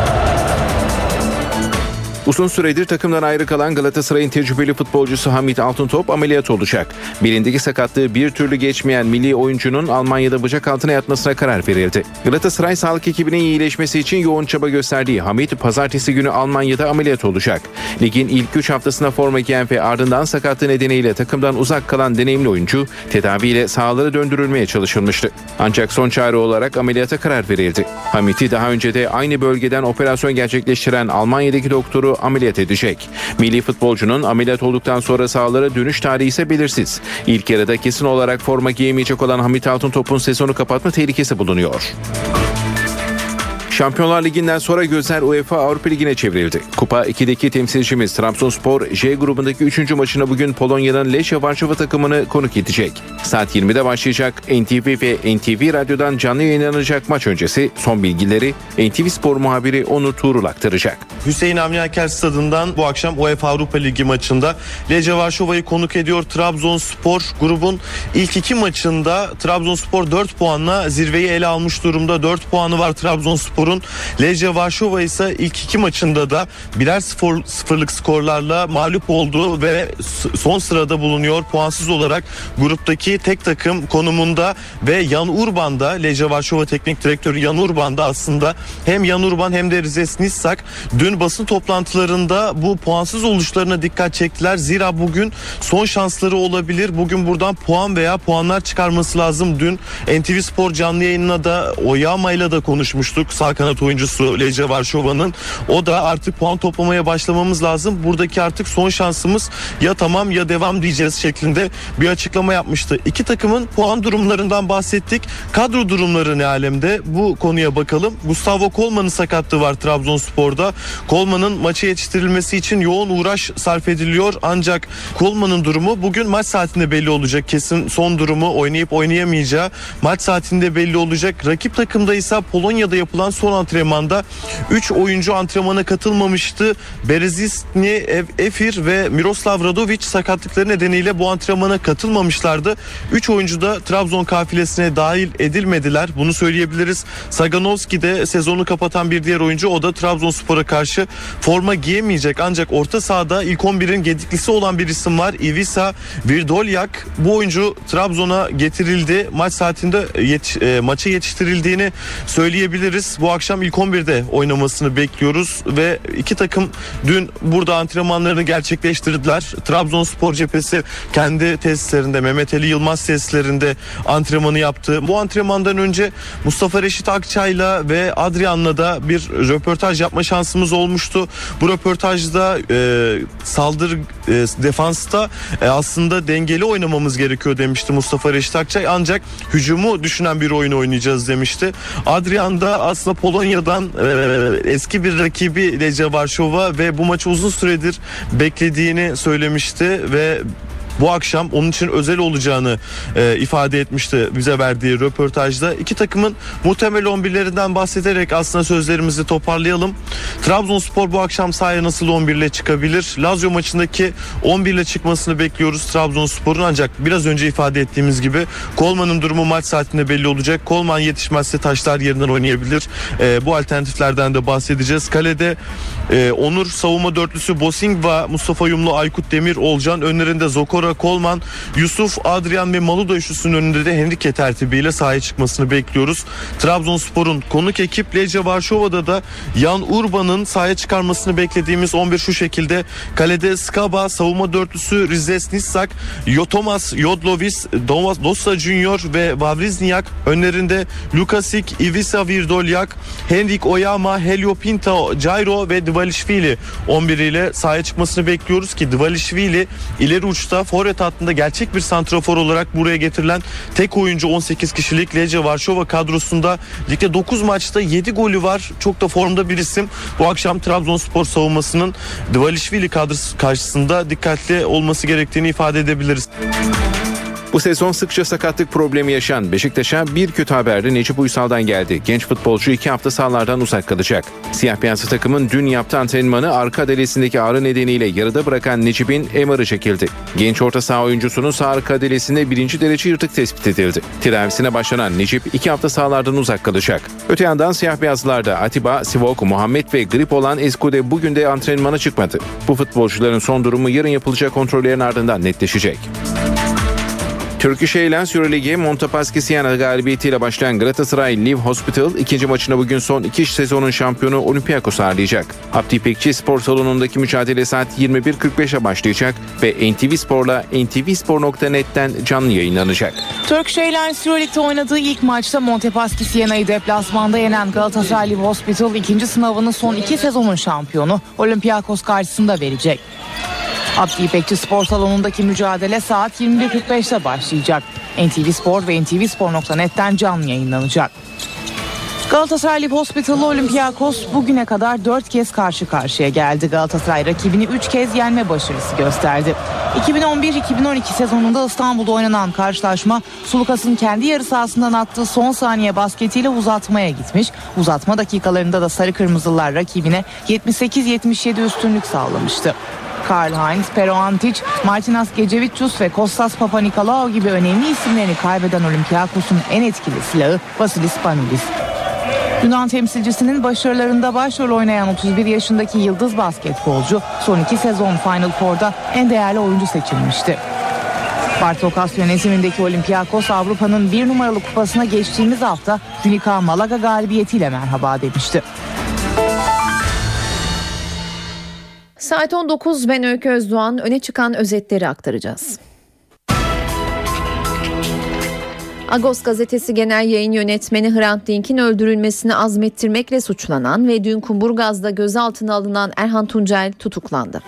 Uzun süredir takımdan ayrı kalan Galatasaray'ın tecrübeli futbolcusu Hamit Altıntop ameliyat olacak. Belindeki sakatlığı bir türlü geçmeyen milli oyuncunun Almanya'da bacak altına yatmasına karar verildi. Galatasaray sağlık ekibinin iyileşmesi için yoğun çaba gösterdiği Hamit pazartesi günü Almanya'da ameliyat olacak. Ligin ilk üç haftasına forma giyen ve ardından sakatlığı nedeniyle takımdan uzak kalan deneyimli oyuncu tedaviyle sahalara döndürülmeye çalışılmıştı. Ancak son çare olarak ameliyata karar verildi. Hamit'i daha önce de aynı bölgeden operasyon gerçekleştiren Almanya'daki doktoru ameliyat edecek. Milli futbolcunun ameliyat olduktan sonra sahalara dönüş tarihi ise belirsiz. İlk yarıda kesin olarak forma giyemeyecek olan Hamit Altıntop'un sezonu kapatma tehlikesi bulunuyor. Şampiyonlar Ligi'nden sonra gözler UEFA Avrupa Ligi'ne çevrildi. Kupa ikideki temsilcimiz Trabzonspor, J grubundaki üçüncü maçına bugün Polonya'nın Lechia Varşova takımını konuk edecek. Saat yirmide başlayacak N T V ve N T V Radyo'dan canlı yayınlanacak maç öncesi son bilgileri N T V Spor muhabiri Onur Tuğrul aktaracak. Hüseyin Avni Aker stadından bu akşam UEFA Avrupa Ligi maçında Lechia Varşova'yı konuk ediyor Trabzonspor. Grubun ilk iki maçında Trabzonspor dört puanla zirveyi ele almış durumda. dört puanı var Trabzonspor'un. Lechia Varşova ise ilk iki maçında da birer sıfır, sıfırlık skorlarla mağlup oldu ve son sırada bulunuyor puansız olarak gruptaki tek takım konumunda ve Jan Urban da Lechia Varşova teknik direktörü Jan Urban da aslında hem Jan Urban hem de Rizes Nissak dün basın toplantılarında bu puansız oluşlarına dikkat çektiler. Zira bugün son şansları olabilir. Bugün buradan puan veya puanlar çıkarması lazım. Dün N T V Spor canlı yayınına da Oyama'yla da konuşmuştuk. Sağ kanat oyuncusu Lechia Varşova'nın. O da artık puan toplamaya başlamamız lazım. Buradaki artık son şansımız ya tamam ya devam diyeceğiz şeklinde bir açıklama yapmıştı. İki takımın puan durumlarından bahsettik. Kadro durumları ne alemde? Bu konuya bakalım. Gustavo Kolman'ın sakatlığı var Trabzonspor'da. Kolman'ın maça yetiştirilmesi için yoğun uğraş sarf ediliyor. Ancak Kolman'ın durumu bugün maç saatinde belli olacak. Kesin son durumu, oynayıp oynayamayacağı maç saatinde belli olacak. Rakip takımda ise Polonya'da yapılan son antrenmanda üç oyuncu antrenmana katılmamıştı. Berezisni, Efir ve Miroslav Radovic sakatlıkları nedeniyle bu antrenmana katılmamışlardı. üç oyuncu da Trabzon kafilesine dahil edilmediler. Bunu söyleyebiliriz. Saganovski de sezonu kapatan bir diğer oyuncu. O da Trabzonspor'a karşı forma giyemeyecek. Ancak orta sahada ilk on birin gediklisi olan bir isim var. Ivica Virdolyak. Bu oyuncu Trabzon'a getirildi. Maç saatinde yetiş, e, maça yetiştirildiğini söyleyebiliriz. Bu akşam ilk on birde oynamasını bekliyoruz ve iki takım dün burada antrenmanlarını gerçekleştirdiler. Trabzonspor cephesi kendi tesislerinde, Mehmet Ali Yılmaz tesislerinde antrenmanı yaptı. Bu antrenmandan önce Mustafa Reşit Akçay'la ve Adrian'la da bir röportaj yapma şansımız olmuştu. Bu röportajda e, saldırı e, defansta e, aslında dengeli oynamamız gerekiyor demişti Mustafa Reşit Akçay. Ancak hücumu düşünen bir oyun oynayacağız demişti. Adrian da aslında Polonya'dan e, eski bir rakibi Lechia Varşova ve bu maçı uzun süredir beklediğini söylemişti ve bu akşam onun için özel olacağını e, ifade etmişti bize verdiği röportajda. İki takımın muhtemel on birlerinden bahsederek aslında sözlerimizi toparlayalım. Trabzonspor bu akşam sahaya nasıl on birle çıkabilir? Lazio maçındaki on birle çıkmasını bekliyoruz Trabzonspor'un, ancak biraz önce ifade ettiğimiz gibi Kolman'ın durumu maç saatinde belli olacak. Kolman yetişmezse taşlar yerinden oynayabilir. E, bu alternatiflerden de bahsedeceğiz. Kalede e, Onur savunma dörtlüsü Bosingva, Mustafa Yumlu, Aykut Demir, Olcan, önlerinde Zokora, Kolman, Yusuf, Adrian ve Maluda üçlüsünün önünde de Henrique tertibiyle sahaya çıkmasını bekliyoruz. Trabzonspor'un konuk ekip Lechia Varşova'da da Jan Urban'ın sahaya çıkarmasını beklediğimiz on bir şu şekilde: kalede Skaba, savunma dörtlüsü Rizes Nissak, Thomas Jodlovis, Dosa Junior ve Vavrizniak, önlerinde Lukasik, Ivica Virdolyak, Henrik Oyama, Helio Pinto, Jairo ve Dvalishvili on bir ile sahaya çıkmasını bekliyoruz ki Dvalishvili ileri uçta forvet hattında gerçek bir santrafor olarak buraya getirilen tek oyuncu. On sekiz kişilik Lechia Varşova kadrosunda ligde dokuz maçta yedi golü var. Çok da formda bir isim. Bu akşam Trabzonspor savunmasının Dvalishvili kadrosu karşısında dikkatli olması gerektiğini ifade edebiliriz. Bu sezon sıkça sakatlık problemi yaşayan Beşiktaş'a bir kötü haber de Necip Uysal'dan geldi. Genç futbolcu iki hafta sahalardan uzak kalacak. Siyah beyazlı takımın dün yaptığı antrenmanı arka adelesindeki ağrı nedeniyle yarıda bırakan Necip'in M R'ı çekildi. Genç orta saha oyuncusunun sağ arka adelesinde birinci derece yırtık tespit edildi. Tedavisine başlanan Necip iki hafta sahalardan uzak kalacak. Öte yandan siyah beyazlılarda Atiba, Sivok, Muhammed ve grip olan Eskude bugün de antrenmana çıkmadı. Bu futbolcuların son durumu yarın yapılacak kontrollerin ardından netleşecek. Turkish Airlines Euroligi Montepaschi Siena galibiyetiyle başlayan Galatasaray Live Hospital ikinci maçına bugün son iki sezonun şampiyonu Olympiakos'u ağırlayacak. Abdi İpekçi Spor Salonu'ndaki mücadele saat yirmi bir kırk beşe başlayacak ve N T V Spor'la N T V Spor nokta net'ten canlı yayınlanacak. Turkish Airlines Euroleague'de oynadığı ilk maçta Montepaschi Siena'yı deplasmanda yenen Galatasaray Live Hospital ikinci sınavını son iki sezonun şampiyonu Olympiakos karşısında verecek. Abdi İpekçi Spor Salonu'ndaki mücadele saat yirmi bir kırk beşte başlayacak. N T V Spor ve N T V Spor nokta net'ten canlı yayınlanacak. Galatasaray Live Hospital'lı Olympiakos bugüne kadar dört kez karşı karşıya geldi. Galatasaray rakibini üç kez yenme başarısı gösterdi. iki bin on bir iki bin on iki sezonunda İstanbul'da oynanan karşılaşma Sulukas'ın kendi yarı sahasından attığı son saniye basketiyle uzatmaya gitmiş. Uzatma dakikalarında da Sarı Kırmızılar rakibine yetmiş sekiz yetmiş yedi üstünlük sağlamıştı. Karl-Heinz, Pero Antic, Martinas Gecevicius ve Kostas Papanikolaou gibi önemli isimlerini kaybeden Olympiakos'un en etkili silahı Vasilis Spanoulis. Yunan temsilcisinin başarılarında başrol oynayan otuz bir yaşındaki yıldız basketbolcu son iki sezon Final Four'da en değerli oyuncu seçilmişti. Bartokas yönetimindeki Olympiakos Avrupa'nın bir numaralı kupasına geçtiğimiz hafta Unica Malaga galibiyetiyle merhaba demişti. Saat on dokuz, ben Öykü Özdoğan, öne çıkan özetleri aktaracağız. Agos gazetesi genel yayın yönetmeni Hrant Dink'in öldürülmesini azmettirmekle suçlanan ve dün Kumburgaz'da gözaltına alınan Erhan Tuncel tutuklandı.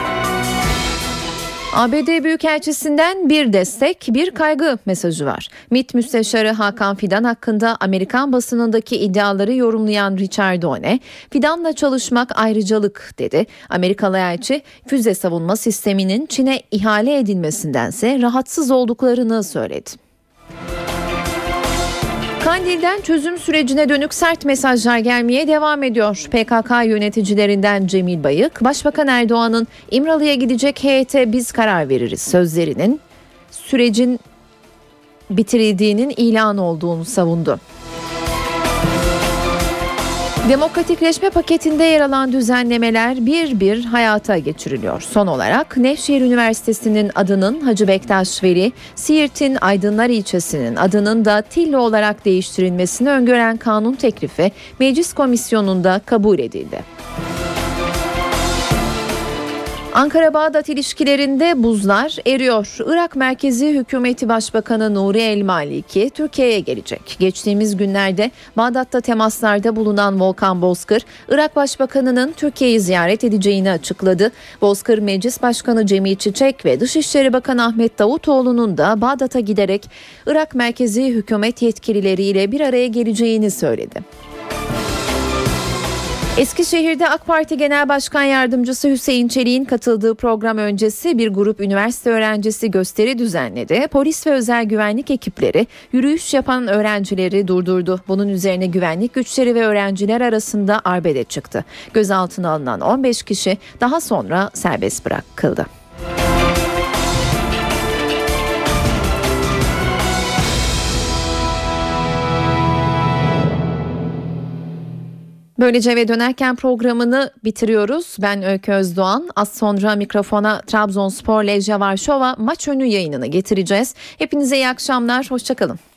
A B D Büyükelçisi'nden bir destek, bir kaygı mesajı var. MİT Müsteşarı Hakan Fidan hakkında Amerikan basınındaki iddiaları yorumlayan Richard Doane, "Fidan'la çalışmak ayrıcalık" dedi. Amerikalı elçi, füze savunma sisteminin Çin'e ihale edilmesindense rahatsız olduklarını söyledi. Kandil'den çözüm sürecine dönük sert mesajlar gelmeye devam ediyor. P K K yöneticilerinden Cemil Bayık, Başbakan Erdoğan'ın İmralı'ya gidecek heyete biz karar veririz sözlerinin sürecin bitirildiğinin ilan olduğunu savundu. Demokratikleşme paketinde yer alan düzenlemeler bir bir hayata geçiriliyor. Son olarak Nevşehir Üniversitesi'nin adının Hacı Bektaş Veli, Siirt'in Aydınlar ilçesinin adının da Tillo olarak değiştirilmesini öngören kanun teklifi Meclis Komisyonu'nda kabul edildi. Ankara-Bağdat ilişkilerinde buzlar eriyor. Irak merkezi hükümeti Başbakanı Nuri el-Maliki Türkiye'ye gelecek. Geçtiğimiz günlerde Bağdat'ta temaslarda bulunan Volkan Bozkır, Irak Başbakanı'nın Türkiye'yi ziyaret edeceğini açıkladı. Bozkır, Meclis Başkanı Cemil Çiçek ve Dışişleri Bakanı Ahmet Davutoğlu'nun da Bağdat'a giderek Irak merkezi hükümet yetkilileriyle bir araya geleceğini söyledi. Eskişehir'de AK Parti Genel Başkan Yardımcısı Hüseyin Çelik'in katıldığı program öncesi bir grup üniversite öğrencisi gösteri düzenledi. Polis ve özel güvenlik ekipleri yürüyüş yapan öğrencileri durdurdu. Bunun üzerine güvenlik güçleri ve öğrenciler arasında arbede çıktı. Gözaltına alınan on beş kişi daha sonra serbest bırakıldı. Böylece eve dönerken programını bitiriyoruz. Ben Öykü Özdoğan. Az sonra mikrofona Trabzonspor Lejia Varşova maç önü yayınını getireceğiz. Hepinize iyi akşamlar. Hoşçakalın.